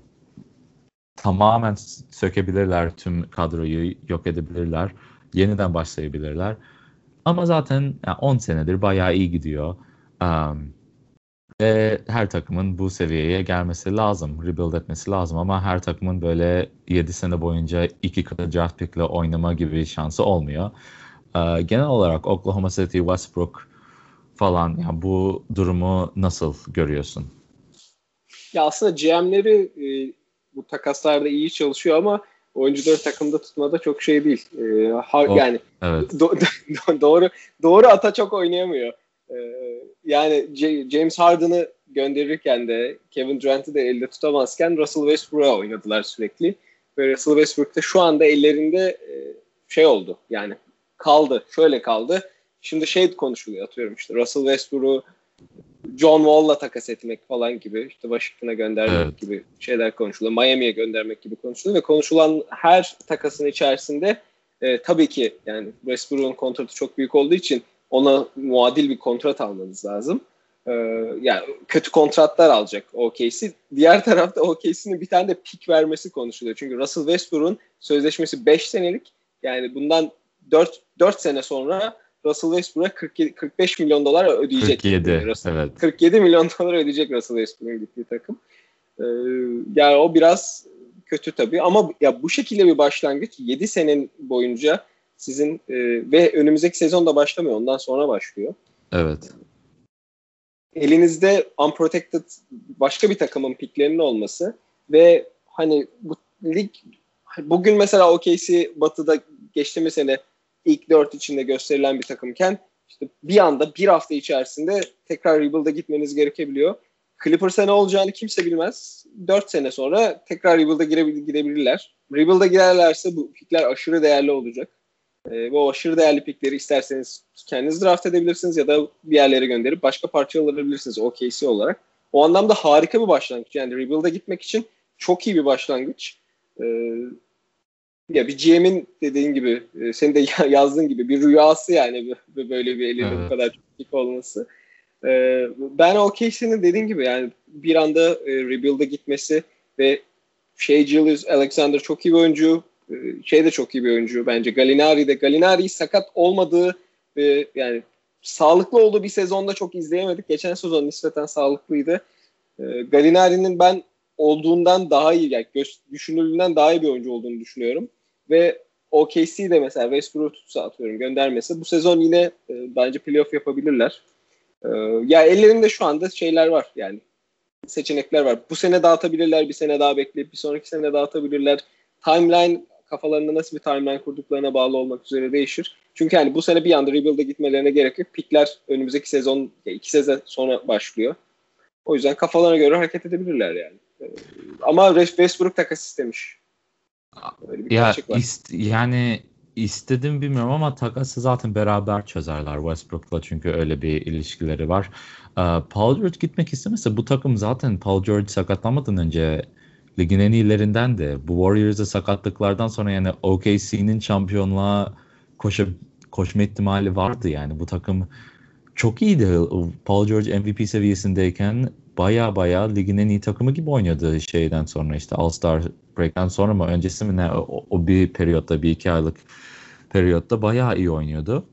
tamamen sökebilirler tüm kadroyu, yok edebilirler. Yeniden başlayabilirler. Ama zaten yani on senedir bayağı iyi gidiyor. Um, ve her takımın bu seviyeye gelmesi lazım, rebuild etmesi lazım ama her takımın böyle yedi sene boyunca iki katı draft pick'le oynama gibi şansı olmuyor. Ee, genel olarak Oklahoma City, Westbrook falan yani bu durumu nasıl görüyorsun? Ya aslında G M'leri e, bu takaslarda iyi çalışıyor ama oyuncuları takımda tutmada çok şey değil. E, ha, O yani evet. do, do, doğru doğru ata çok oynayamıyor. E, yani J- James Harden'ı gönderirken de Kevin Durant'ı da elde tutamazken Russell Westbrook'a oynadılar sürekli. Ve Russell Westbrook da şu anda ellerinde e, şey oldu. Yani kaldı. Şöyle kaldı. Şimdi şey konuşuluyor atıyorum işte Russell Westbrook'u John Wall'la takas etmek falan gibi işte Washington'a göndermek Evet. gibi şeyler konuşuluyor. Miami'ye göndermek gibi konuşuluyor ve konuşulan her takasın içerisinde e, tabii ki yani Westbrook'un kontratı çok büyük olduğu için ona muadil bir kontrat almanız lazım. E, yani kötü kontratlar alacak O K C. Diğer tarafta O K C'nin bir tane de pik vermesi konuşuluyor. Çünkü Russell Westbrook'un sözleşmesi beş senelik yani bundan dört dört sene sonra Russell Westbrook'a kırk kırk beş milyon dolar ödeyecek. kırk yedi evet. kırk yedi milyon dolar ödeyecek Russell Westbrook'un gittiği takım. Ee, yani o biraz kötü tabii ama ya bu şekilde bir başlangıç yedi senenin boyunca sizin e, ve önümüzdeki sezon da başlamıyor. Ondan sonra başlıyor. Evet. Elinizde unprotected başka bir takımın piklerinin olması ve hani bu lig bugün mesela O K C Batı'da geçtiğimiz sene ilk dört içinde gösterilen bir takımken işte bir anda bir hafta içerisinde tekrar rebuild'a gitmeniz gerekebiliyor. Clippers'a ne olacağını kimse bilmez. dört sene sonra tekrar rebuild'a girebilirler. Rebuild'a girerlerse bu pikler aşırı değerli olacak. E, bu aşırı değerli pikleri isterseniz kendiniz draft edebilirsiniz ya da bir yerlere gönderip başka parça alabilirsiniz O K C olarak. O anlamda harika bir başlangıç. Yani rebuild'a gitmek için çok iyi bir başlangıç. E, ya bir G M'in dediğin gibi, e, senin de yazdığın gibi bir rüyası yani böyle bir elinde bu kadar Evet. çok pik olması. E, ben O K C'nin dediğin gibi yani bir anda e, rebuild'a gitmesi ve Shai Gilgeous-Alexander çok iyi bir oyuncu. Şey de çok iyi bir oyuncu bence. Gallinari de. Gallinari sakat olmadığı e, yani sağlıklı olduğu bir sezonda çok izleyemedik. Geçen sezon nispeten sağlıklıydı. E, Gallinari'nin ben olduğundan daha iyi, yani düşünüldüğünden daha iyi bir oyuncu olduğunu düşünüyorum. Ve O K C'de mesela Westbrook'u tutsa atıyorum göndermesi. Bu sezon yine e, bence playoff yapabilirler. E, ya ellerinde şu anda şeyler var yani. Seçenekler var. Bu sene dağıtabilirler, bir sene daha bekleyip bir sonraki sene dağıtabilirler. Timeline kafalarında nasıl bir timeline kurduklarına bağlı olmak üzere değişir. Çünkü hani bu sene bir anda rebuild'e gitmelerine gerek yok. Pikler önümüzdeki sezon, iki sezon sonra başlıyor. O yüzden kafalarına göre hareket edebilirler yani. Ee, ama Westbrook takas istemiş. Öyle bir Ya gerçek var. ist yani istedim bilmiyorum ama takası zaten beraber çözerler Westbrook'la çünkü öyle bir ilişkileri var. Ee, Paul George gitmek istemese bu takım zaten Paul George sakatlanmadan önce ligin en iyilerinden de bu Warriors'a sakatlıklardan sonra yani O K C'nin şampiyonluğa koşa, koşma ihtimali vardı yani bu takım çok iyiydi. Paul George M V P seviyesindeyken baya baya ligin en iyi takımı gibi oynadı şeyden sonra işte All-Star Break'ten sonra mı öncesi mi ne o, o bir periyotta bir iki aylık periyotta baya iyi oynuyordu.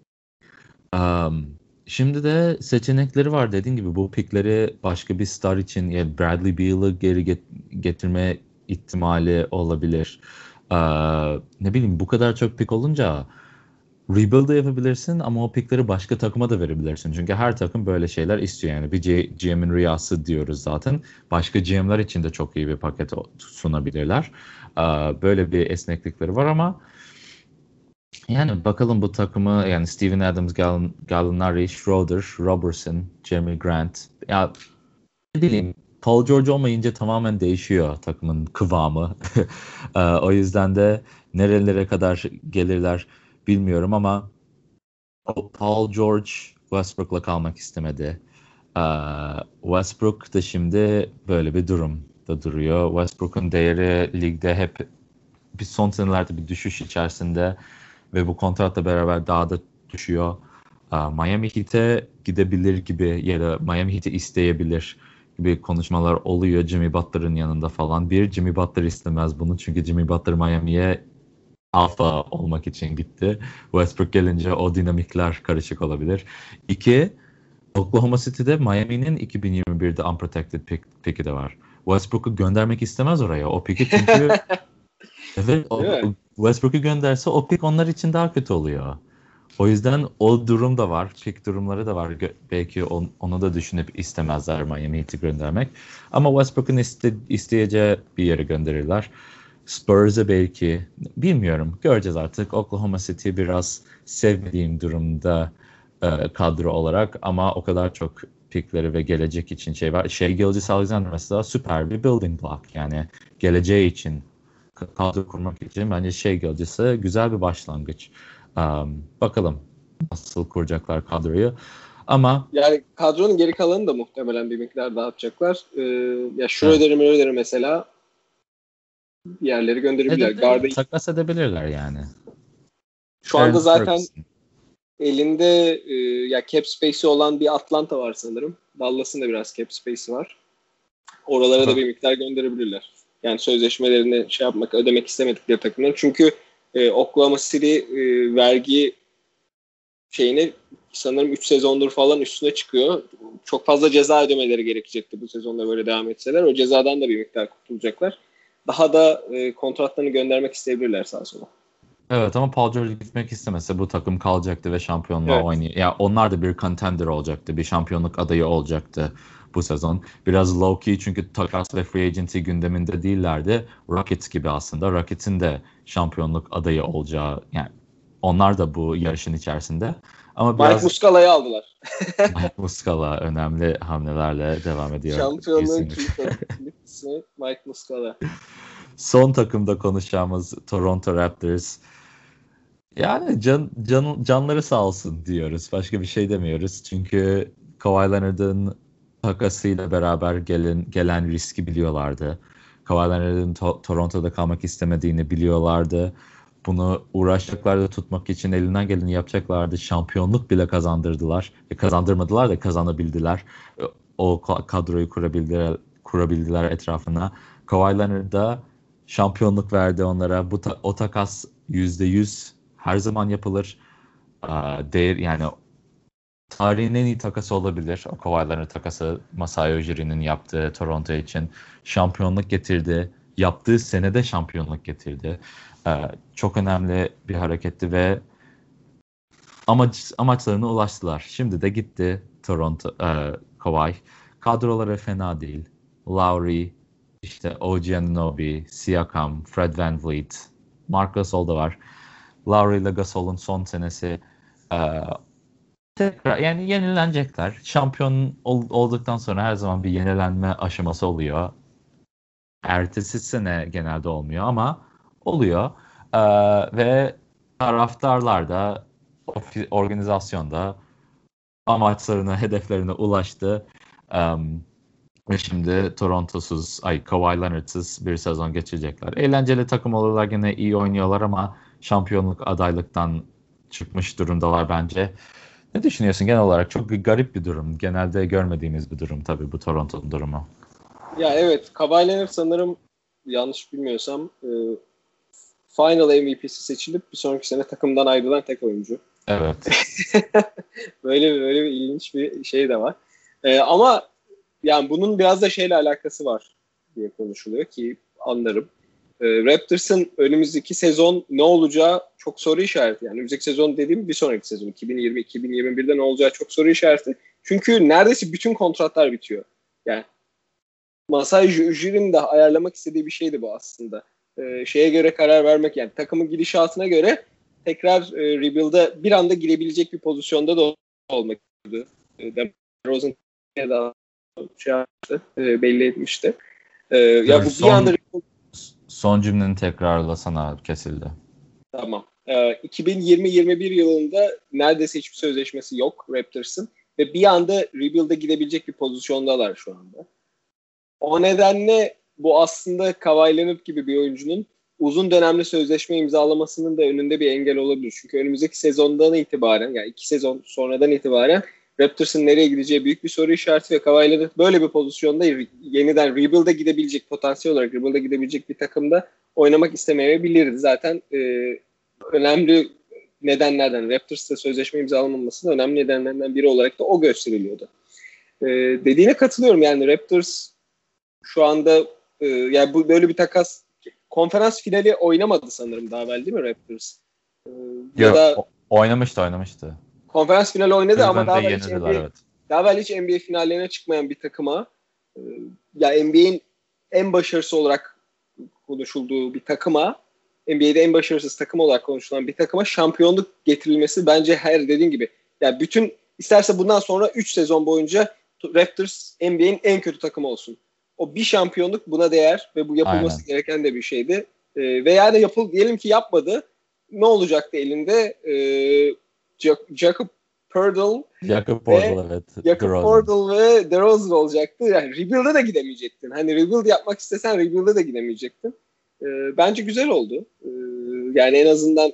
Um, Şimdi de seçenekleri var dediğim gibi bu pickleri başka bir star için yani Bradley Beal'ı geri get- getirme ihtimali olabilir. Ee, Ne bileyim bu kadar çok pick olunca rebuild de yapabilirsin ama o pickleri başka takıma da verebilirsin. Çünkü her takım böyle şeyler istiyor yani. Bir G- GM'in rüyası diyoruz zaten. Başka G M'ler için de çok iyi bir paket sunabilirler. Ee, Böyle bir esneklikleri var ama yani bakalım bu takımı yani Steven Adams, Gall- Gallinari, Schroeder, Robertson, Jeremy Grant. Ya ne bileyim Paul George olmayınca tamamen değişiyor takımın kıvamı. Ee, O yüzden de nerelere kadar gelirler bilmiyorum ama o Paul George Westbrook'la kalmak istemedi. Ee, Westbrook da şimdi böyle bir durumda duruyor. Westbrook'un değeri ligde hep bir son senelerde bir düşüş içerisinde ve bu kontratla beraber daha da düşüyor. Ee, Miami Heat'e gidebilir gibi ya da Miami Heat'i isteyebilir gibi konuşmalar oluyor Jimmy Butler'ın yanında falan. Bir, Jimmy Butler istemez bunu çünkü Jimmy Butler Miami'ye alfa olmak için gitti. Westbrook gelince o dinamikler karışık olabilir. İki, Oklahoma City'de Miami'nin iki bin yirmi birde unprotected pick, pick'i de var. Westbrook'u göndermek istemez oraya. O pick'i çünkü evet Değil o, mi? o Westbrook'u gönderse o pick onlar için daha kötü oluyor. O yüzden o durum da var. Pick durumları da var. Gö- Belki on- onu da düşünüp istemezler Miami Heat'i göndermek. Ama Westbrook'un iste- isteyeceği bir yere gönderirler. Spurs'e belki bilmiyorum. Göreceğiz artık. Oklahoma City biraz sevmediğim durumda e, kadro olarak ama o kadar çok pickleri ve gelecek için şey var. Shai Gilgeous-Alexander mesela süper bir building block. Yani geleceği için kadro kurmak için bence Shai Gilgeous'a güzel bir başlangıç. Um, bakalım nasıl kuracaklar kadroyu. Ama Yani kadronun geri kalanını da muhtemelen bir miktar dağıtacaklar. Ee, ya evet, Schroeder'i Mürder'i mesela bir yerlere gönderebilirler. edebilirler. Garda Takas edebilirler yani. şu anda Aaron zaten Ferguson. elinde e, ya cap space'i olan bir Atlanta var sanırım. Dallas'ın da biraz cap space'i var. Oralara da bir miktar gönderebilirler. Yani sözleşmelerini şey yapmak, ödemek istemedikleri takımlar. Çünkü e, Oklahoma City e, vergi şeyini sanırım üç sezondur falan üstüne çıkıyor. Çok fazla ceza ödemeleri gerekecekti bu sezonda böyle devam etseler. O cezadan da bir miktar kurtulacaklar. Daha da e, kontratlarını göndermek isteyebilirler sağa sola. Evet ama Paul George gitmek istemese bu takım kalacaktı ve şampiyonluğa Evet. oynay. Ya onlar da bir contender olacaktı. Bir şampiyonluk adayı olacaktı bu sezon. Biraz low key çünkü takas ve free agency gündeminde değillerdi. Rockets gibi aslında. Rockets'in de şampiyonluk adayı olacağı yani onlar da bu yarışın içerisinde. Ama Mike biraz Muscala'yı aldılar. Mike Muscala önemli hamlelerle devam ediyor. Şampiyonluğun İzmir. kilit, kilit ismi Mike Muscala. Son takımda konuşacağımız Toronto Raptors. Yani can, can, canları sağ olsun diyoruz. Başka bir şey demiyoruz. Çünkü Kawhi Leonard'ın takasıyla beraber gelen, gelen riski biliyorlardı. Kawhi Leonard'ın to- Toronto'da kalmak istemediğini biliyorlardı. Bunu uğraşacaklardı tutmak için elinden geleni yapacaklardı. Şampiyonluk bile kazandırdılar. E, kazandırmadılar da kazanabildiler. E, O ka- kadroyu kurabildiler, kurabildiler etrafına. Kawhi Leonard da şampiyonluk verdi onlara. Bu ta- o takas yüzde yüz her zaman yapılır. Aa, değer yani tarihin en iyi takası olabilir. O Kawhi Leonard takası Masai Ujiri'nin yaptığı Toronto için şampiyonluk getirdi. Yaptığı senede şampiyonluk getirdi. Ee, çok önemli bir hareketti ve amaç amaçlarına ulaştılar. Şimdi de gitti Toronto e, Kawhi. Kadroları fena değil. Lowry, işte O G Anunoby, Siakam, Fred VanVleet, Marc Gasol da var. Lowry ile Gasol'un son senesi e, tekrar yani yenilenecekler. Şampiyon ol- olduktan sonra her zaman bir yenilenme aşaması oluyor. Ertesi sene genelde olmuyor ama oluyor. Ee, ve taraftarlar da ofi- organizasyonda amaçlarına, hedeflerine ulaştı. Em, ve şimdi Toronto'suz, ay Kawhi Leonard'sız bir sezon geçirecekler. Eğlenceli takım olurlar, gene iyi oynuyorlar ama şampiyonluk adaylıktan çıkmış durumdalar bence. Ne düşünüyorsun genel olarak? Çok garip bir durum. Genelde görmediğimiz bir durum tabii bu Toronto'nun durumu. Ya evet, Kawhi Leonard sanırım yanlış bilmiyorsam e, Final M V P'si seçilip bir sonraki sene takımdan ayrılan tek oyuncu. Evet. Böyle bir, böyle bir ilginç bir şey de var. E, ama yani bunun biraz da şeyle alakası var diye konuşuluyor ki anlarım. E, Raptors'ın önümüzdeki sezon ne olacağı çok soru işareti. Yani önümüzdeki sezon dediğim bir sonraki sezon iki bin yirmi iki bin yirmi birde ne olacağı çok soru işareti. Çünkü neredeyse bütün kontratlar bitiyor. Yani Masai Ujiri'nin de ayarlamak istediği bir şeydi bu aslında. Ee, şeye göre karar vermek, yani takımın gidişatına göre tekrar e, rebuild'a bir anda girebilecek bir pozisyonda da olmak istiyordu. E, Demar Rosen da şey yaptı, e, belli etmişti. E, ya Dur, bu bir anda son son cümleni tekrarlasana, kesildi. tamam. E, iki bin yirmi yirmi bir yılında neredeyse hiçbir sözleşmesi yok Raptors'ın ve bir anda rebuild'a gidebilecek bir pozisyondalar şu anda. O nedenle bu aslında Kawhi Leonard gibi bir oyuncunun uzun dönemli sözleşme imzalamasının da önünde bir engel olabilir. Çünkü önümüzdeki sezondan itibaren, yani iki sezon sonradan itibaren Raptors'ın nereye gideceği büyük bir soru işareti ve Kawhi Leonard böyle bir pozisyonda yeniden rebuild'a gidebilecek, potansiyel olarak rebuild'a gidebilecek bir takımda oynamak istemeyebilirdi. Zaten e, önemli nedenlerden, Raptors'ta sözleşme imzalamamasının önemli nedenlerinden biri olarak da o gösteriliyordu. E, dediğine katılıyorum, yani Raptors şu anda e, yani bu böyle bir takas, konferans finali oynamadı sanırım daha evvel değil mi Raptors? E, ya Yo, da o- oynamıştı oynamıştı. konferans finali oynadı ama Cleveland'da daha evvel hiç yenildiler, N B A evet. daha evvel hiç N B A finallerine çıkmayan bir takıma, e, ya N B A'in en başarısı olarak konuşulduğu bir takıma, N B A'de en başarısız takım olarak konuşulan bir takıma şampiyonluk getirilmesi bence her dediğin gibi. Yani bütün isterse bundan sonra üç sezon boyunca Raptors N B A'in en kötü takımı olsun. O bir şampiyonluk buna değer ve bu Aynen. yapılması gereken de bir şeydi. Ee, ve yani yapıl diyelim ki yapmadı. Ne olacaktı elinde? Ee, Jakob Poeltl Jakob ve Poeltl, evet. Jakob DeRozan. Poeltl ve DeRozan olacaktı. Yani rebuild'e de gidemeyecektin. Hani rebuild yapmak istesen rebuild'e de gidemeyecektin. Ee, bence güzel oldu. Ee, yani en azından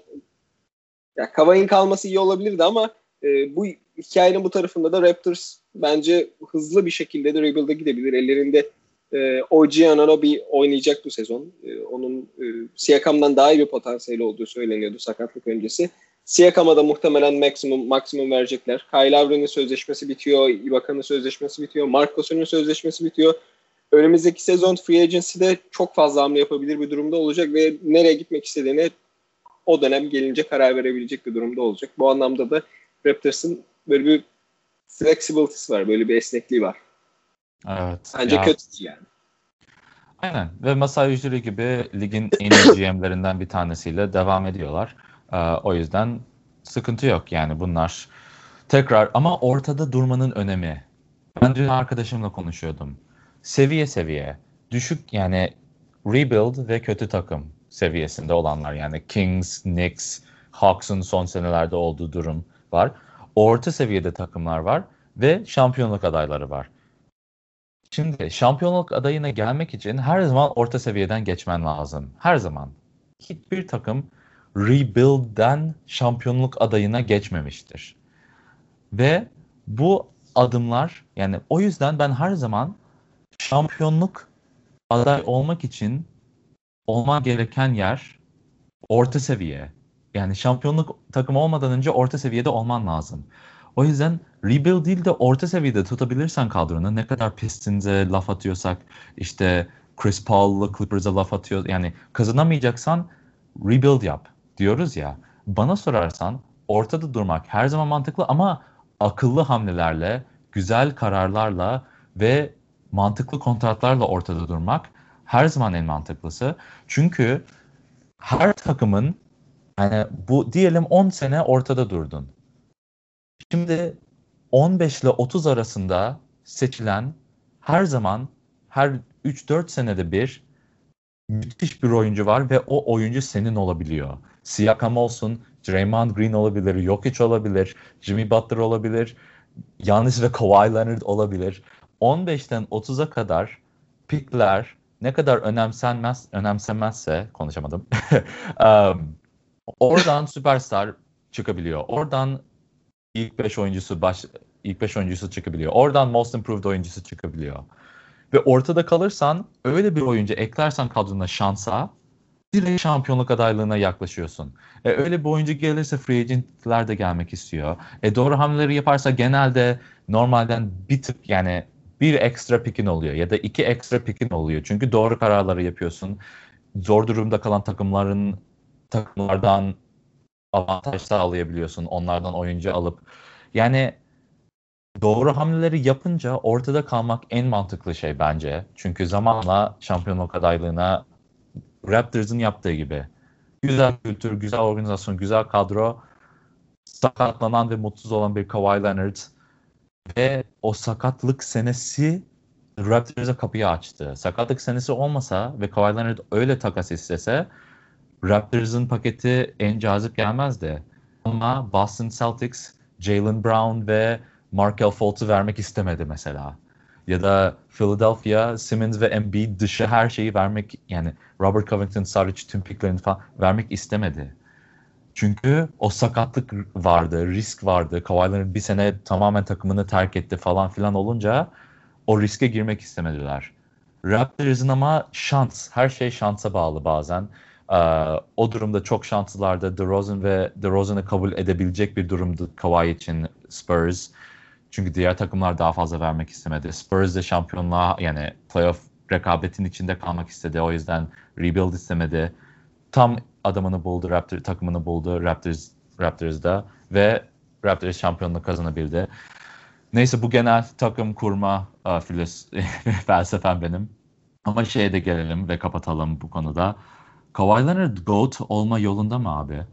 ya Kawhi'nin kalması iyi olabilirdi ama e, bu hikayenin bu tarafında da Raptors bence hızlı bir şekilde de rebuild'e gidebilir. Ellerinde e, O G Anunoby oynayacak bu sezon. E, onun e, Siakam'dan daha iyi bir potansiyeli olduğu söyleniyordu sakatlık öncesi. Siakam'a da muhtemelen maksimum maksimum verecekler. Kyle Lowry'nin sözleşmesi bitiyor. Ibaka'nın sözleşmesi bitiyor. Marc Gasol'ün sözleşmesi bitiyor. Önümüzdeki sezon free agency'de çok fazla hamle yapabilir bir durumda olacak ve nereye gitmek istediğini o dönem gelince karar verebilecek bir durumda olacak. Bu anlamda da Raptors'ın böyle bir flexibility'si var. Böyle bir esnekliği var. Evet. Bence Ya kötü değil yani. aynen. Ve Masai Ujiri gibi ligin en iyi G M'lerinden bir tanesiyle devam ediyorlar. Ee, o yüzden sıkıntı yok yani bunlar. Tekrar ama ortada durmanın önemi. Ben dün arkadaşımla konuşuyordum. Seviye seviye. Düşük yani rebuild ve kötü takım seviyesinde olanlar. Yani Kings, Knicks, Hawks'un son senelerde olduğu durum var. Orta seviyede takımlar var ve şampiyonluk adayları var. Şimdi şampiyonluk adayına gelmek için her zaman orta seviyeden geçmen lazım. Her zaman. Hiçbir takım rebuild'den şampiyonluk adayına geçmemiştir. Ve bu adımlar yani o yüzden ben her zaman şampiyonluk aday olmak için olman gereken yer orta seviye. Yani şampiyonluk takımı olmadan önce orta seviyede olman lazım. O yüzden rebuild değil de orta seviyede tutabilirsen kadronu, ne kadar Pistons'e laf atıyorsak, işte Chris Paul'la Clippers'a laf atıyor. Yani kazanamayacaksan rebuild yap diyoruz ya. Bana sorarsan ortada durmak her zaman mantıklı ama akıllı hamlelerle, güzel kararlarla ve mantıklı kontratlarla ortada durmak her zaman en mantıklısı. Çünkü her takımın, yani bu diyelim on sene ortada durdun. Şimdi on beş ile otuz arasında seçilen her zaman, her üç dört senede bir müthiş bir oyuncu var ve o oyuncu senin olabiliyor. Siakam olsun, Draymond Green olabilir, Jokic olabilir, Jimmy Butler olabilir, Giannis ve Kawhi Leonard olabilir. on beşten otuza kadar pickler ne kadar önemsenmez, önemsemezse konuşamadım. um, oradan süperstar çıkabiliyor. Oradan ilk beş oyuncusu baş ilk beş oyuncusu çıkabiliyor. Oradan Most Improved oyuncusu çıkabiliyor. Ve ortada kalırsan, öyle bir oyuncu eklersen kadrona, şansa, direkt şampiyonluk adaylığına yaklaşıyorsun. E, öyle bir oyuncu gelirse free agentler de gelmek istiyor. E, doğru hamleleri yaparsa genelde normalden bir tık, yani bir ekstra pick'in oluyor ya da iki ekstra pick'in oluyor. Çünkü doğru kararları yapıyorsun. Zor durumda kalan takımların takımlardan avantaj sağlayabiliyorsun. Onlardan oyuncu alıp. Yani doğru hamleleri yapınca ortada kalmak en mantıklı şey bence. Çünkü zamanla şampiyonluk adaylığına, Raptors'ın yaptığı gibi, güzel kültür, güzel organizasyon, güzel kadro, sakatlanan ve mutsuz olan bir Kawhi Leonard ve o sakatlık senesi Raptors'a kapıyı açtı. Sakatlık senesi olmasa ve Kawhi Leonard öyle takas istese, Raptors'ın paketi en cazip gelmezdi. Ama Boston Celtics, Jaylen Brown ve Markelle Fultz'u vermek istemedi mesela. Ya da Philadelphia, Simmons ve Embiid dışı her şeyi vermek, yani Robert Covington, Saric tüm picklerini falan vermek istemedi. Çünkü o sakatlık vardı, risk vardı. Kawhi Leonard bir sene tamamen takımını terk etti falan filan olunca o riske girmek istemediler. Raptors'ın ama şans, her şey şansa bağlı bazen. Ee, o durumda çok şanslılardı. DeRozan ve DeRozan'ı kabul edebilecek bir durumdu Kawhi için Spurs. Çünkü diğer takımlar daha fazla vermek istemedi. Spurs de şampiyonluğa, yani playoff rekabetin içinde kalmak istedi. O yüzden rebuild istemedi. Tam adamını buldu, Raptor takımını buldu Raptors Raptors'da ve Raptors şampiyonluğu kazanabildi. Neyse, bu genel takım kurma uh, filos- felsefem benim. Ama şeye de gelelim ve kapatalım bu konuda. Kawhi Leonard GOAT olma yolunda mı abi?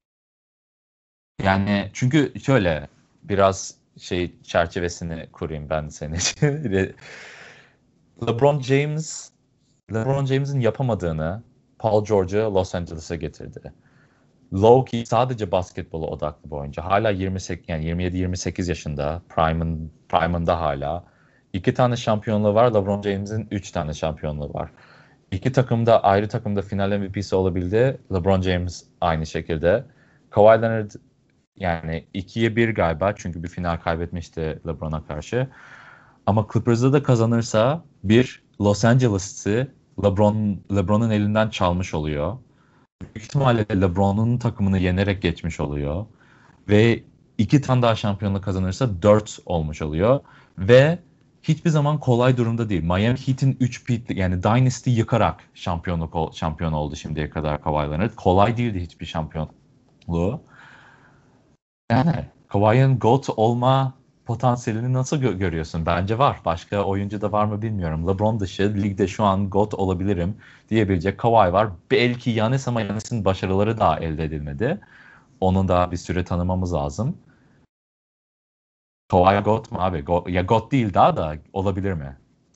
Yani çünkü şöyle biraz şey çerçevesini kurayım ben senin için. LeBron James LeBron James'in yapamadığını Paul George'u Los Angeles'a getirdi. Low-key sadece basketbola odaklı bir oyuncu. Hala yirmi sekiz, yani yirmi yedi yirmi sekiz yaşında. Prime'ın prime'ında hala. İki tane şampiyonluğu var. LeBron James'in üç tane şampiyonluğu var. İki takımda, ayrı takımda final M V P'si olabildi. LeBron James aynı şekilde. Kawhi Leonard yani ikiye bir galiba, çünkü bir final kaybetmişti LeBron'a karşı. Ama Clippers'da da kazanırsa bir Los Angeles'ı LeBron LeBron'un elinden çalmış oluyor. Büyük ihtimalle LeBron'un takımını yenerek geçmiş oluyor. Ve iki tane daha şampiyonluk kazanırsa dört olmuş oluyor. Ve hiçbir zaman kolay durumda değil. Miami Heat'in üç peat, yani Dynasty yıkarak şampiyonluk şampiyon oldu şimdiye kadar Kawhi Leonard. Kolay değildi hiçbir şampiyonluğu. Yani Kawhi'nin GOAT olma potansiyelini nasıl gö- görüyorsun? Bence var. Başka oyuncu da var mı bilmiyorum. LeBron dışı ligde şu an GOAT olabilirim diyebilecek Kawhi var. Belki Giannis, ama Giannis'in başarıları daha elde edilmedi. Onun daha bir süre tanımamız lazım. Kawhi GOAT mu abi? Go- ya GOAT değil, daha da olabilir mi?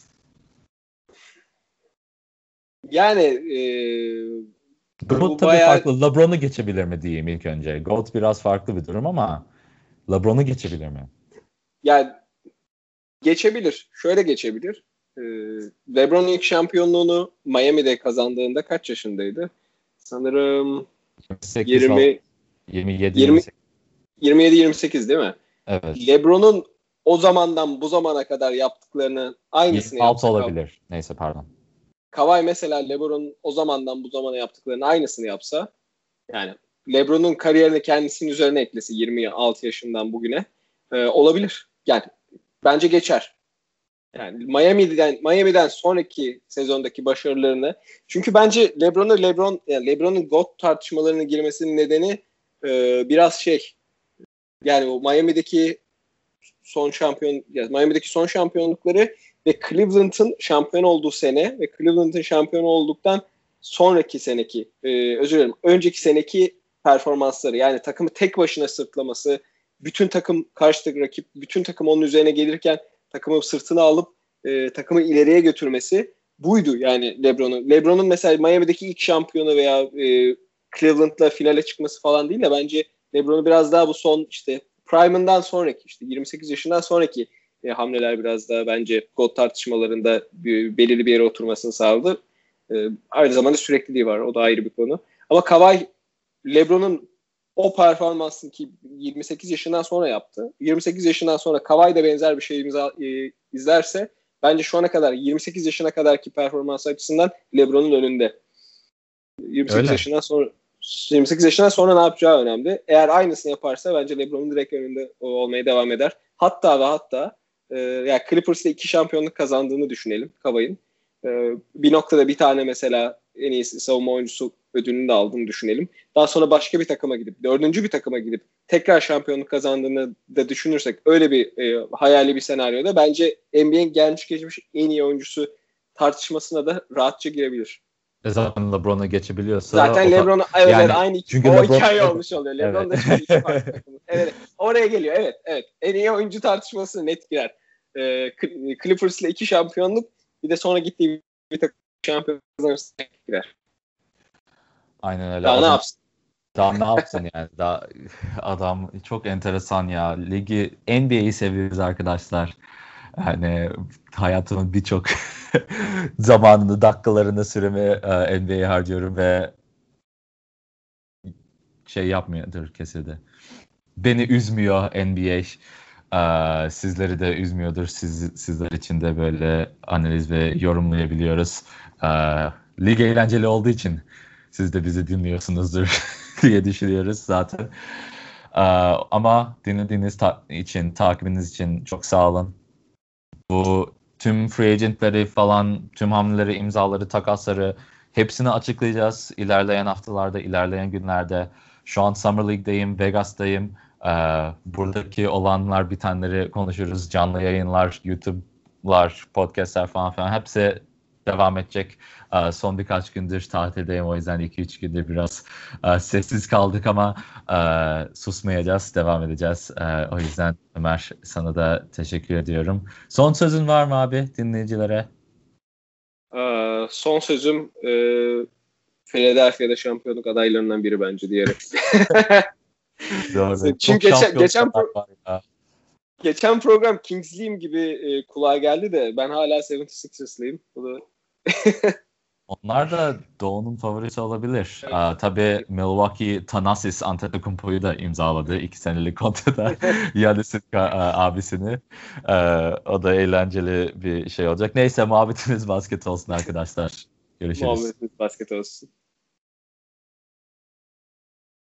Yani e, GOAT bu tabii bayağı, farklı. LeBron'u geçebilir mi diyeyim ilk önce. GOAT biraz farklı bir durum ama LeBron'u geçebilir mi? yani geçebilir. Şöyle geçebilir. E, LeBron ilk şampiyonluğunu Miami'de kazandığında kaç yaşındaydı? Sanırım yirmi sekiz, yirmi yirmi yedi, yirmi yirmi sekiz. yirmi yedi yirmi sekiz değil mi? Evet. LeBron'un o zamandan bu zamana kadar yaptıklarını aynısını yirmi altı yapsa Ka- olabilir. Neyse, pardon. Kawhi mesela LeBron'un o zamandan bu zamana yaptıklarını aynısını yapsa, yani LeBron'un kariyerini kendisinin üzerine eklese yirmi altı yaşından bugüne, Ee, olabilir. Yani bence geçer. Yani Miami'den Miami'den sonraki sezondaki başarılarını, çünkü bence LeBron'u LeBron yani LeBron'un GOAT tartışmalarına girmesinin nedeni e, biraz şey, yani o Miami'deki son şampiyon yani Miami'deki son şampiyonlukları ve Cleveland'ın şampiyon olduğu sene ve Cleveland'ın şampiyon olduktan sonraki seneki e, özür dilerim önceki seneki performansları, yani takımı tek başına sırtlaması, bütün takım karşı rakip bütün takım onun üzerine gelirken takımı sırtına alıp e, takımı ileriye götürmesi buydu yani LeBron'un. LeBron'un mesela Miami'deki ilk şampiyonu veya e, Cleveland'la finale çıkması falan değil de bence LeBron'u biraz daha bu son işte Prime'ından sonraki işte yirmi sekiz yaşından sonraki e, hamleler biraz daha bence GOAT tartışmalarında bir, belirli bir yere oturmasını sağladı. E, aynı zamanda sürekliliği var. O da ayrı bir konu. Ama Kawhi LeBron'un o performansını ki yirmi sekiz yaşından sonra yaptı. yirmi sekiz yaşından sonra Kawhi de benzer bir şey imza, e, izlerse bence şu ana kadar yirmi sekiz yaşına kadarki performans açısından LeBron'un önünde. yirmi sekiz Öyle. yaşından sonra yirmi sekiz yaşından sonra ne yapacağı önemli. Eğer aynısını yaparsa bence LeBron'un direkt önünde olmaya devam eder. Hatta ve hatta e, yani Clippers'ta iki şampiyonluk kazandığını düşünelim Kawhi'nin. E, bir noktada bir tane mesela en iyisi savunma oyuncusu ödülünü de aldığını düşünelim. Daha sonra başka bir takıma gidip, dördüncü bir takıma gidip tekrar şampiyonluk kazandığını da düşünürsek, öyle bir e, hayali bir senaryoda bence N B A'nin gelmiş geçmiş en iyi oyuncusu tartışmasına da rahatça girebilir. E zaten LeBron'a geçebiliyorsa Zaten o da LeBron'a evet, yani evet aynı çünkü o LeBron hikaye olmuş oluyor. LeBron evet. da çünkü iki farklı takım. Evet, oraya geliyor. Evet, evet. En iyi oyuncu tartışması net girer. Ee, Clippers'la iki şampiyonluk, bir de sonra gittiği bir takım şampiyonluk girer. Aynen öyle. Daha O ne zaman yapsın? daha ne yapsın yani? Daha adam çok enteresan ya. Ligi N B A'yi seviyoruz arkadaşlar. Yani hayatımın birçok zamanını, dakikalarını, süremi e, N B A'ye harcıyorum ve şey yapmıyordur kesildi. Beni üzmüyor N B A. Ee, sizleri de üzmüyordur. Siz, sizler için de böyle analiz ve yorumlayabiliyoruz. Ee, lig eğlenceli olduğu için siz de bizi dinliyorsunuzdur diye düşünüyoruz zaten. Ee, ama dinlediğiniz ta- için, takibiniz için çok sağ olun. Bu tüm free agentleri falan, tüm hamleleri, imzaları, takasları hepsini açıklayacağız ilerleyen haftalarda, ilerleyen günlerde. Şu an Summer League'deyim, Vegas'tayım. Ee, buradaki olanlar bitenleri konuşuruz. Canlı yayınlar, YouTube'lar, podcast'ler falan filan hepsi devam edecek. Ee, son birkaç gündür tatildeyim, o yüzden iki üç gündür biraz e, sessiz kaldık ama e, susmayacağız, devam edeceğiz. E, o yüzden Ömer, sana da teşekkür ediyorum. Son sözün var mı abi dinleyicilere? Ee, son sözüm e, Philadelphia'da şampiyonluk adaylarından biri bence diyerek. Doğru. Çünkü Çok geçen, geçen, şampiyonlar pro- var ya. geçen program Kingsley'im gibi e, kulağa geldi de ben hala yetmiş altı Ers'lıyım. Bu da Onlar da Doğu'nun favorisi olabilir. Aa, tabii Milwaukee Thanasis Antetokounmpo'yu da imzaladı. iki senelik kontrata Giannis'in ka- abisini. Ee, o da eğlenceli bir şey olacak. Neyse, muhabbetimiz basket olsun arkadaşlar. Görüşürüz. muhabbetimiz basket olsun.